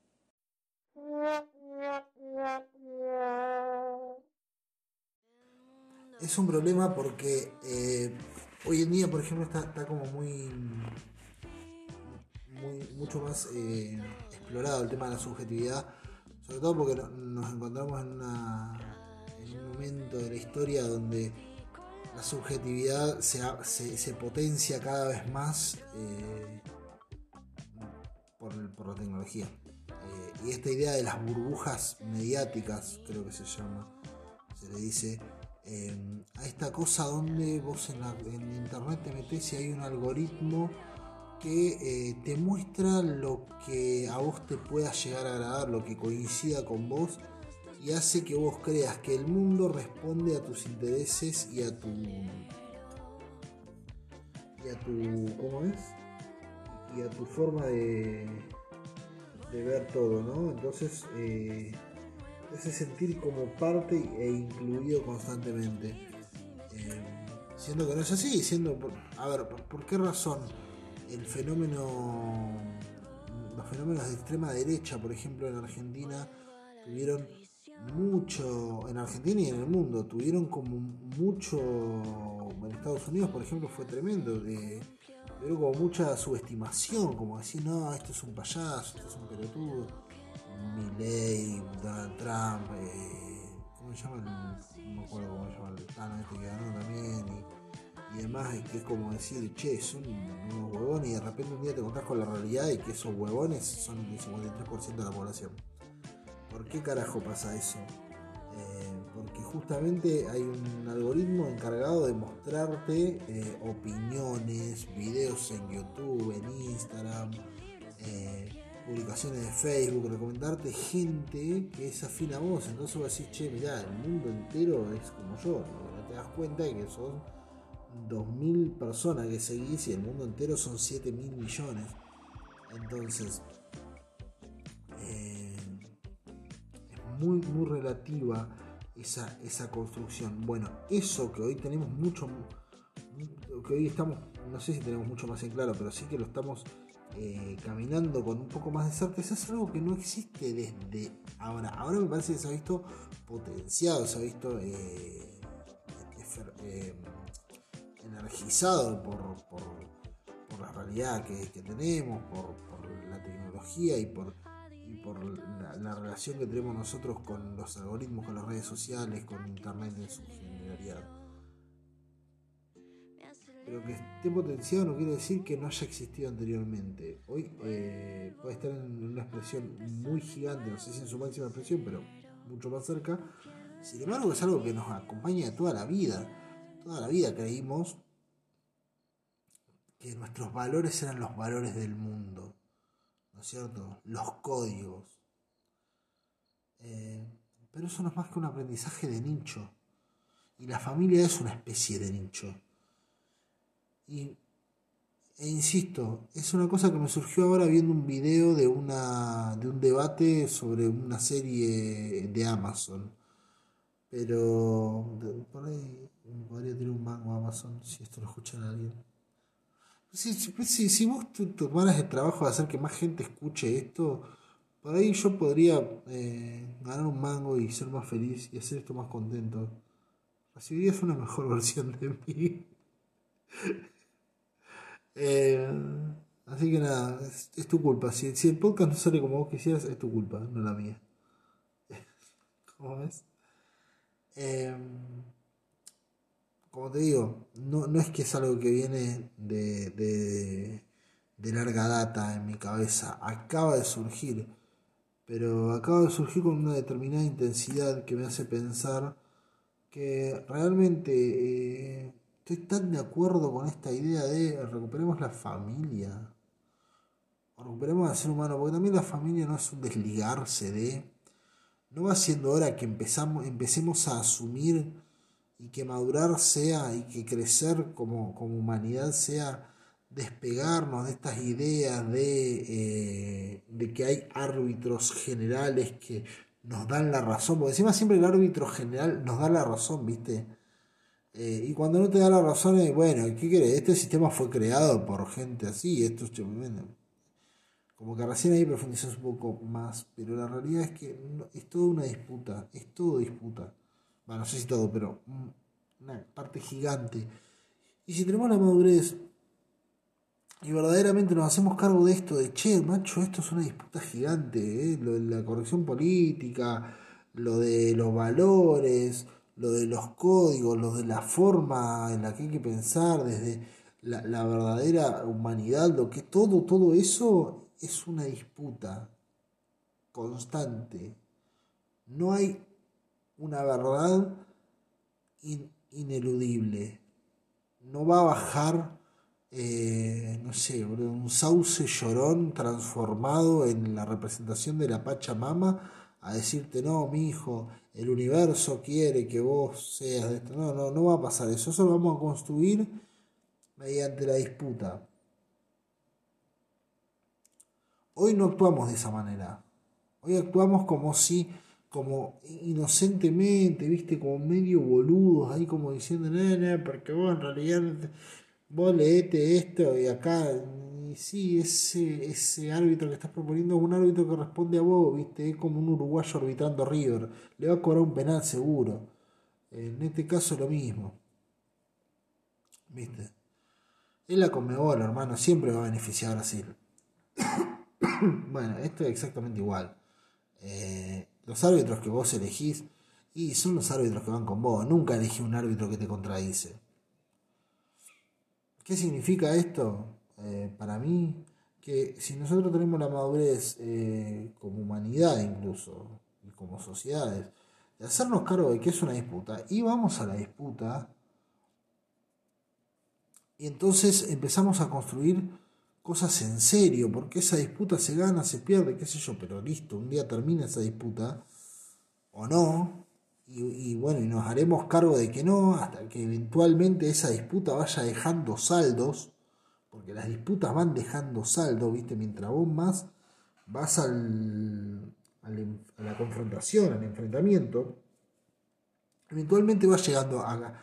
Es un problema porque hoy en día, por ejemplo, está como mucho más explorado el tema de la subjetividad, sobre todo porque nos encontramos en un momento de la historia donde la subjetividad se potencia cada vez más por la tecnología. Y esta idea de las burbujas mediáticas, creo que se llama, se le dice, a esta cosa donde vos en internet te metés y hay un algoritmo que te muestra lo que a vos te pueda llegar a agradar, lo que coincida con vos, y hace que vos creas que el mundo responde a tus intereses y a tu ¿cómo es? Y a tu forma de ver todo, ¿no? Entonces ese sentir como parte e incluido constantemente, siendo que no es así, ¿por qué razón los fenómenos de extrema derecha, por ejemplo en Argentina, tuvieron mucho, en Argentina y en el mundo, tuvieron como mucho, en Estados Unidos por ejemplo fue tremendo, tuvieron como mucha subestimación, como decir, no, esto es un payaso, esto es un pelotudo, Milei, Donald Trump, ¿cómo se llama? No me acuerdo cómo se llama el Tano este que ganó también, y demás, y que es como decir, che, son unos huevones, y de repente un día te encontrás con la realidad y que esos huevones son el 53% de la población. ¿Por qué carajo pasa eso? Porque justamente hay un algoritmo encargado de mostrarte opiniones, videos en YouTube, en Instagram, publicaciones de Facebook, recomendarte gente que es afín a vos. Entonces vos decís, che, mirá, el mundo entero es como yo, ¿no? Te das cuenta de que son 2000 personas que seguís y el mundo entero son 7.000 millones. Entonces es muy relativa esa construcción. Bueno, eso que hoy tenemos que hoy estamos, no sé si tenemos mucho más en claro, pero sí que lo estamos caminando con un poco más de certeza, es algo que no existe desde ahora. Ahora me parece que se ha visto potenciado, se ha visto energizado por la realidad que tenemos, por la tecnología y por la relación que tenemos nosotros con los algoritmos, con las redes sociales, con internet en su generalidad. Pero que esté potenciado no quiere decir que no haya existido anteriormente. Hoy puede estar en una expresión muy gigante, no sé si en su máxima expresión, pero mucho más cerca. Sin embargo, es algo que nos acompaña de toda la vida. Toda la vida creímos que nuestros valores eran los valores del mundo, ¿no es cierto? Los códigos. Pero eso no es más que un aprendizaje de nicho. Y la familia es una especie de nicho. E insisto, es una cosa que me surgió ahora viendo un video de un debate sobre una serie de Amazon. Pero por ahí me podría tirar un mango a Amazon si esto lo escuchan a alguien. Si vos tomaras el trabajo de hacer que más gente escuche esto, por ahí yo podría ganar un mango y ser más feliz y hacer esto más contento. Recibirías una mejor versión de mí. Así que nada, es tu culpa. Si el podcast no sale como vos quisieras, es tu culpa, no la mía. ¿Cómo ves? Como te digo, no es que es algo que viene de larga data en mi cabeza. Acaba de surgir. Pero acaba de surgir con una determinada intensidad que me hace pensar que realmente estoy tan de acuerdo con esta idea de recuperemos la familia, o recuperemos al ser humano, porque también la familia no es un desligarse de... No va siendo hora que empecemos a asumir y que madurar sea, y que crecer como humanidad sea despegarnos de estas ideas de que hay árbitros generales que nos dan la razón, porque encima siempre el árbitro general nos da la razón, ¿viste? Y cuando no te da la razón, bueno, ¿qué querés? Este sistema fue creado por gente así, bueno, como que recién ahí profundizas un poco más, pero la realidad es que es toda una disputa, es todo disputa. Bueno, no sé si todo, pero una parte gigante. Y si tenemos la madurez y verdaderamente nos hacemos cargo de esto, de che, macho, esto es una disputa gigante, lo de la corrección política, lo de los valores, lo de los códigos, lo de la forma en la que hay que pensar, desde la verdadera humanidad, lo que todo eso es una disputa constante. No hay una verdad ineludible. No va a bajar, no sé, boludo, un sauce llorón transformado en la representación de la Pachamama a decirte, no, mi hijo, el universo quiere que vos seas de esto. No va a pasar eso. Eso lo vamos a construir mediante la disputa. Hoy no actuamos de esa manera. Hoy actuamos como si, como inocentemente, viste, como medio boludos, ahí como diciendo, no, porque vos en realidad, vos leete esto y acá, y sí, ese árbitro que estás proponiendo es un árbitro que responde a vos, viste, es como un uruguayo arbitrando a River, le va a cobrar un penal seguro. En este caso lo mismo, viste. Es la Conmebol, hermano, siempre va a beneficiar a Brasil. Bueno, esto es exactamente igual. Los árbitros que vos elegís y son los árbitros que van con vos. Nunca elegí un árbitro que te contradice. ¿Qué significa esto? Para mí, que si nosotros tenemos la madurez como humanidad incluso y como sociedades de hacernos cargo de que es una disputa y vamos a la disputa y entonces empezamos a construir cosas en serio, porque esa disputa se gana, se pierde, qué sé yo, pero listo, un día termina esa disputa, o no, y bueno, y nos haremos cargo de que no, hasta que eventualmente esa disputa vaya dejando saldos, porque las disputas van dejando saldos, ¿viste? Mientras vos más vas a la confrontación, al enfrentamiento, eventualmente vas llegando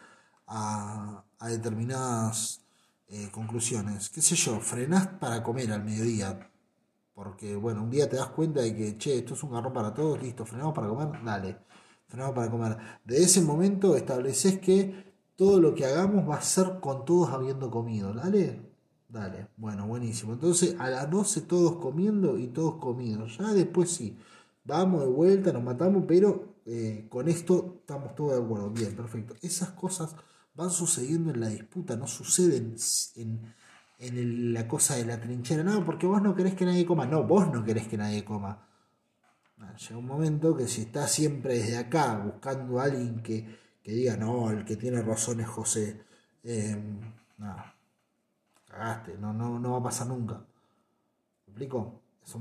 a determinadas conclusiones. ¿Qué sé yo? Frenás para comer al mediodía. Porque, bueno, un día te das cuenta de que, che, esto es un garrón para todos, listo, frenamos para comer, dale, frenamos para comer. De ese momento estableces que todo lo que hagamos va a ser con todos habiendo comido, ¿dale? Dale, bueno, buenísimo. Entonces, a las 12 todos comiendo y todos comidos. Ya después sí, vamos de vuelta, nos matamos, pero con esto estamos todos de acuerdo. Bien, perfecto. Esas cosas van sucediendo en la disputa, no suceden la cosa de la trinchera. No, porque vos no querés que nadie coma. No, vos no querés que nadie coma. Llega un momento que si estás siempre desde acá buscando a alguien que diga, no, el que tiene razón es José. Nada, cagaste, no va a pasar nunca. ¿Me explico?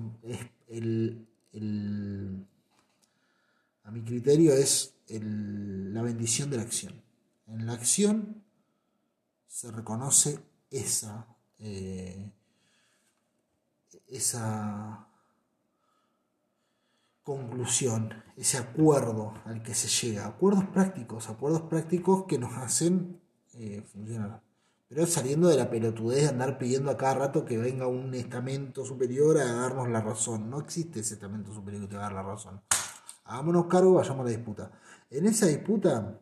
A mi criterio es la bendición de la acción. En la acción se reconoce esa conclusión, ese acuerdo al que se llega. Acuerdos prácticos que nos hacen funcionar. Pero saliendo de la pelotudez de andar pidiendo a cada rato que venga un estamento superior a darnos la razón. No existe ese estamento superior que te va a dar la razón. Hagámonos cargo, vayamos a la disputa. En esa disputa,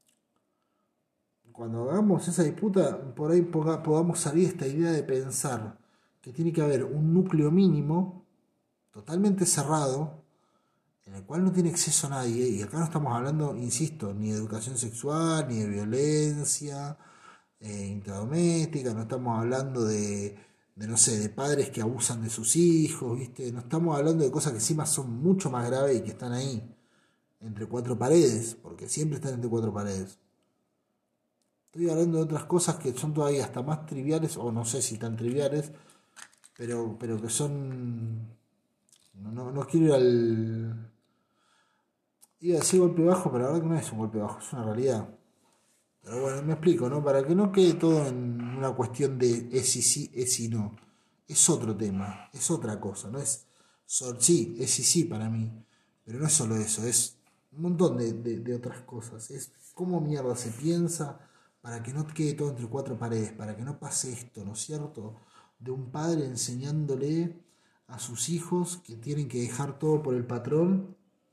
cuando hagamos esa disputa, por ahí podamos salir esta idea de pensar que tiene que haber un núcleo mínimo, totalmente cerrado, en el cual no tiene acceso a nadie, y acá no estamos hablando, insisto, ni de educación sexual, ni de violencia intradoméstica, no estamos hablando no sé, de padres que abusan de sus hijos, ¿viste? No estamos hablando de cosas que encima son mucho más graves y que están ahí, entre cuatro paredes, porque siempre están entre cuatro paredes. Estoy hablando de otras cosas que son todavía hasta más triviales, o no sé si tan triviales, pero que son... No quiero ir al... Iba a decir golpe bajo, pero la verdad que no es un golpe bajo, es una realidad. Pero bueno, me explico, ¿no? Para que no quede todo en una cuestión de es y sí, es y no. Es otro tema, es otra cosa, no es... sí, es y sí para mí, pero no es solo eso, es un montón de otras cosas. Es cómo mierda se piensa para que no quede todo entre cuatro paredes, para que no pase esto, ¿no es cierto? De un padre enseñándole a sus hijos que tienen que dejar todo por el patrón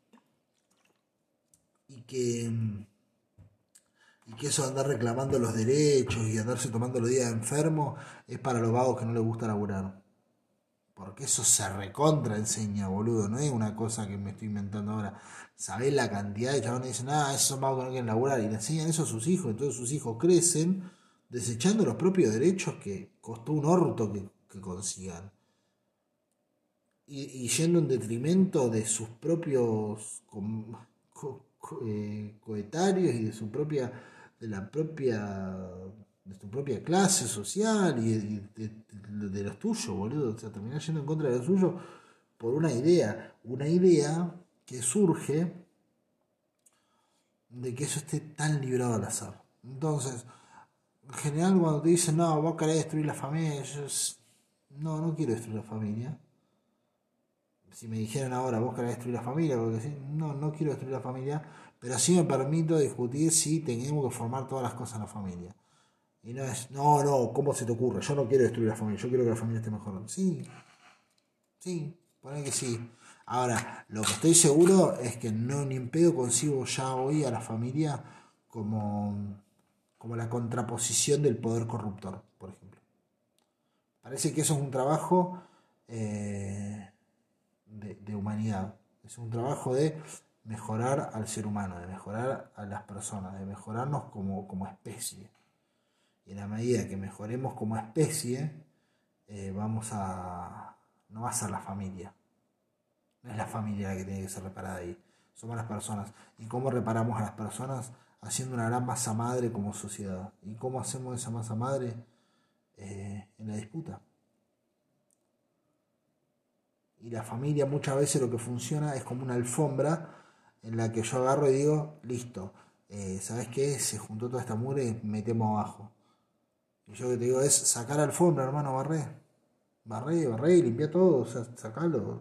y que... Y que eso de andar reclamando los derechos y andarse tomando los días de enfermo es para los vagos que no les gusta laburar. Porque eso se recontra enseña, boludo. No es una cosa que me estoy inventando ahora. ¿Sabés la cantidad de chabones que dicen, esos son vagos que no quieren laburar? Y le enseñan eso a sus hijos. Entonces sus hijos crecen desechando los propios derechos que costó un orto que consigan. Y yendo en detrimento de sus propios coetarios y de su propia de la propia de tu propia clase social y de los tuyos, boludo. O sea, terminás yendo en contra de los tuyos por una idea que surge de que eso esté tan librado al azar. Entonces, en general cuando te dicen, no, vos querés destruir la familia, no quiero destruir la familia. Si me dijeran ahora, vos querés destruir la familia, porque sí, no quiero destruir la familia, pero sí me permito discutir si tenemos que formar todas las cosas en la familia. Y no es, no, ¿cómo se te ocurre? Yo no quiero destruir la familia, yo quiero que la familia esté mejor. Sí, pone que sí. Ahora, lo que estoy seguro es que no ni en pedo concibo ya hoy a la familia como la contraposición del poder corruptor, por ejemplo. Parece que eso es un trabajo de humanidad. Es un trabajo de mejorar al ser humano, de mejorar a las personas, de mejorarnos como especie. Y en la medida que mejoremos como especie, no va a ser la familia. No es la familia la que tiene que ser reparada ahí. Somos las personas. ¿Y cómo reparamos a las personas? Haciendo una gran masa madre como sociedad. ¿Y cómo hacemos esa masa madre? En la disputa. Y la familia muchas veces lo que funciona es como una alfombra en la que yo agarro y digo, listo, ¿sabes qué? Se juntó toda esta mugre, metemos abajo. Y yo que te digo es sacar alfombra, hermano, barré y limpia todo, o sea, sacalo.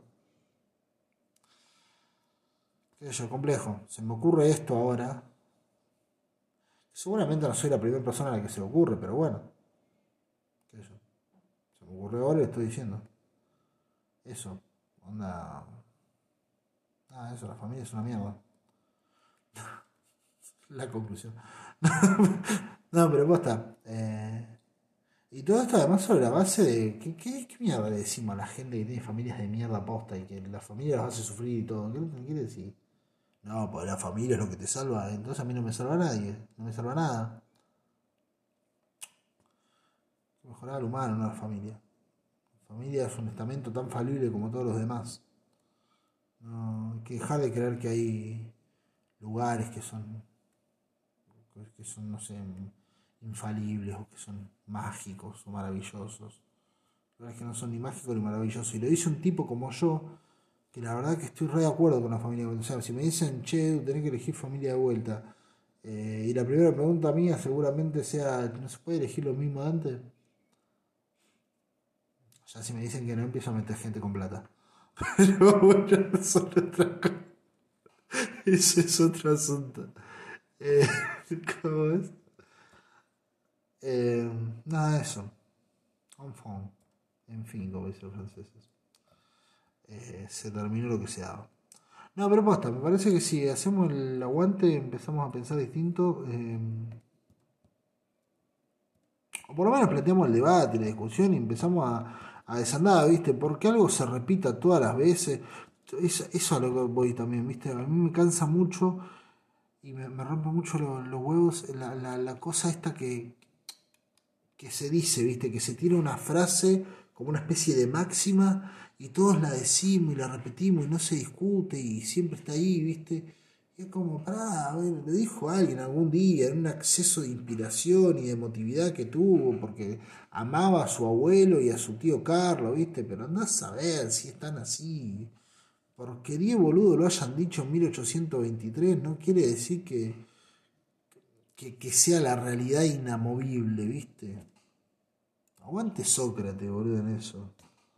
Qué sé yo, complejo. Se me ocurre esto ahora. Seguramente no soy la primera persona a la que se le ocurre, pero bueno. Qué sé yo. Se me ocurrió ahora y lo estoy diciendo. Eso. Onda. Eso, la familia es una mierda. La conclusión. No, pero posta. Y todo esto además sobre la base de. ¿Qué mierda le decimos a la gente que tiene familias de mierda posta y que la familia los hace sufrir y todo? ¿Qué quiere decir? No, pues la familia es lo que te salva. Entonces a mí no me salva nadie. No me salva nada. Mejorar al humano, no a la familia. La familia es un estamento tan falible como todos los demás. No, hay que dejar de creer que hay lugares que son, no sé, infalibles o que son mágicos o maravillosos. Lugares que no son ni mágicos ni maravillosos. Y lo dice un tipo como yo, que la verdad que estoy re de acuerdo con la familia. O sea, si me dicen, che, tenés que elegir familia de vuelta. Y la primera pregunta mía seguramente sea, ¿no se puede elegir lo mismo de antes? Ya si me dicen que no, empiezo a meter gente con plata. Pero bueno, eso es otra cosa. Ese es otro asunto. Eh, ¿Cómo es? Nada de eso. Enfant. En fin, como dicen los franceses. Se terminó lo que se daba. No, pero posta, me parece que si hacemos el aguante, empezamos a pensar distinto. O por lo menos planteamos el debate, la discusión y empezamos a desandar, ¿viste? Porque algo se repita todas las veces. Eso es a lo que voy también, ¿viste? A mí me cansa mucho y me rompe mucho los huevos la cosa esta que se dice, ¿viste? Que se tira una frase como una especie de máxima y todos la decimos y la repetimos y no se discute y siempre está ahí, ¿viste? Y es como, pará, a ver, lo dijo alguien algún día en un acceso de inspiración y de emotividad que tuvo porque amaba a su abuelo y a su tío Carlos, ¿viste? Pero andás a ver si están así. Porquería, boludo, lo hayan dicho en 1823, no quiere decir que que sea la realidad inamovible, ¿viste? Aguante Sócrates, boludo, en eso.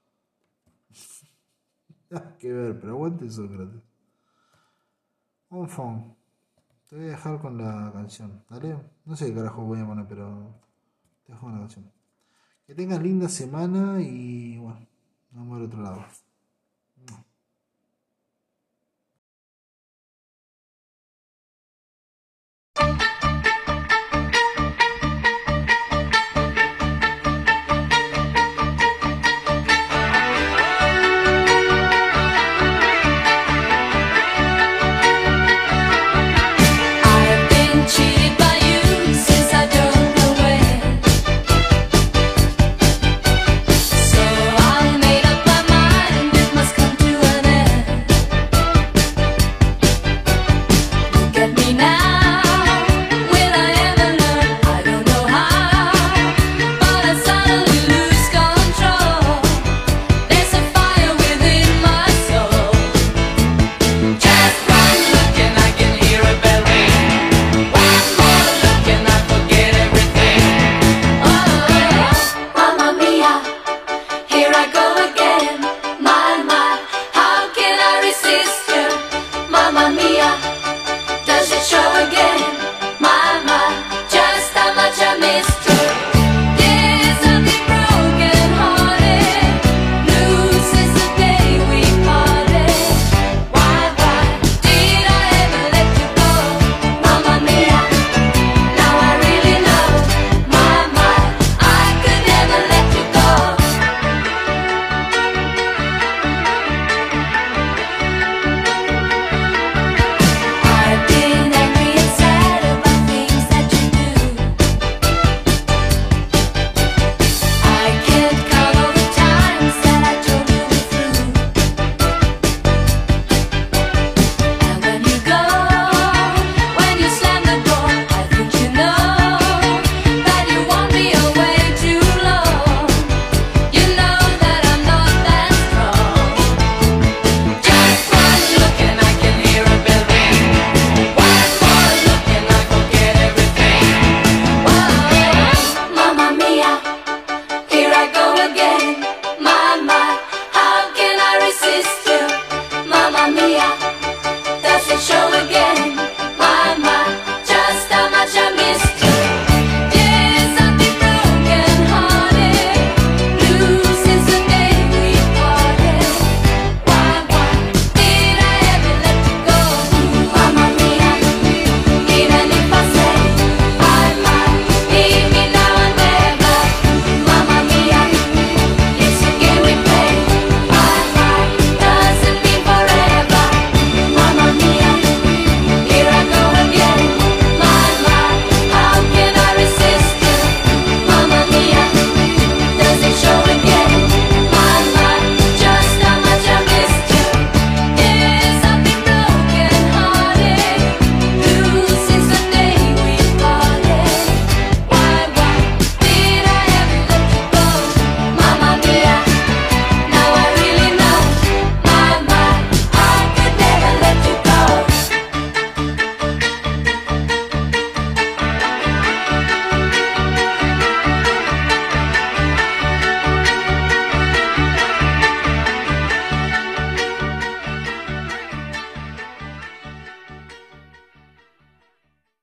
Nada que ver, pero aguante Sócrates. Un phone. Te voy a dejar con la canción, ¿dale? No sé qué carajo voy a poner, pero te dejo con la canción. Que tengas linda semana y bueno, nos vemos al otro lado.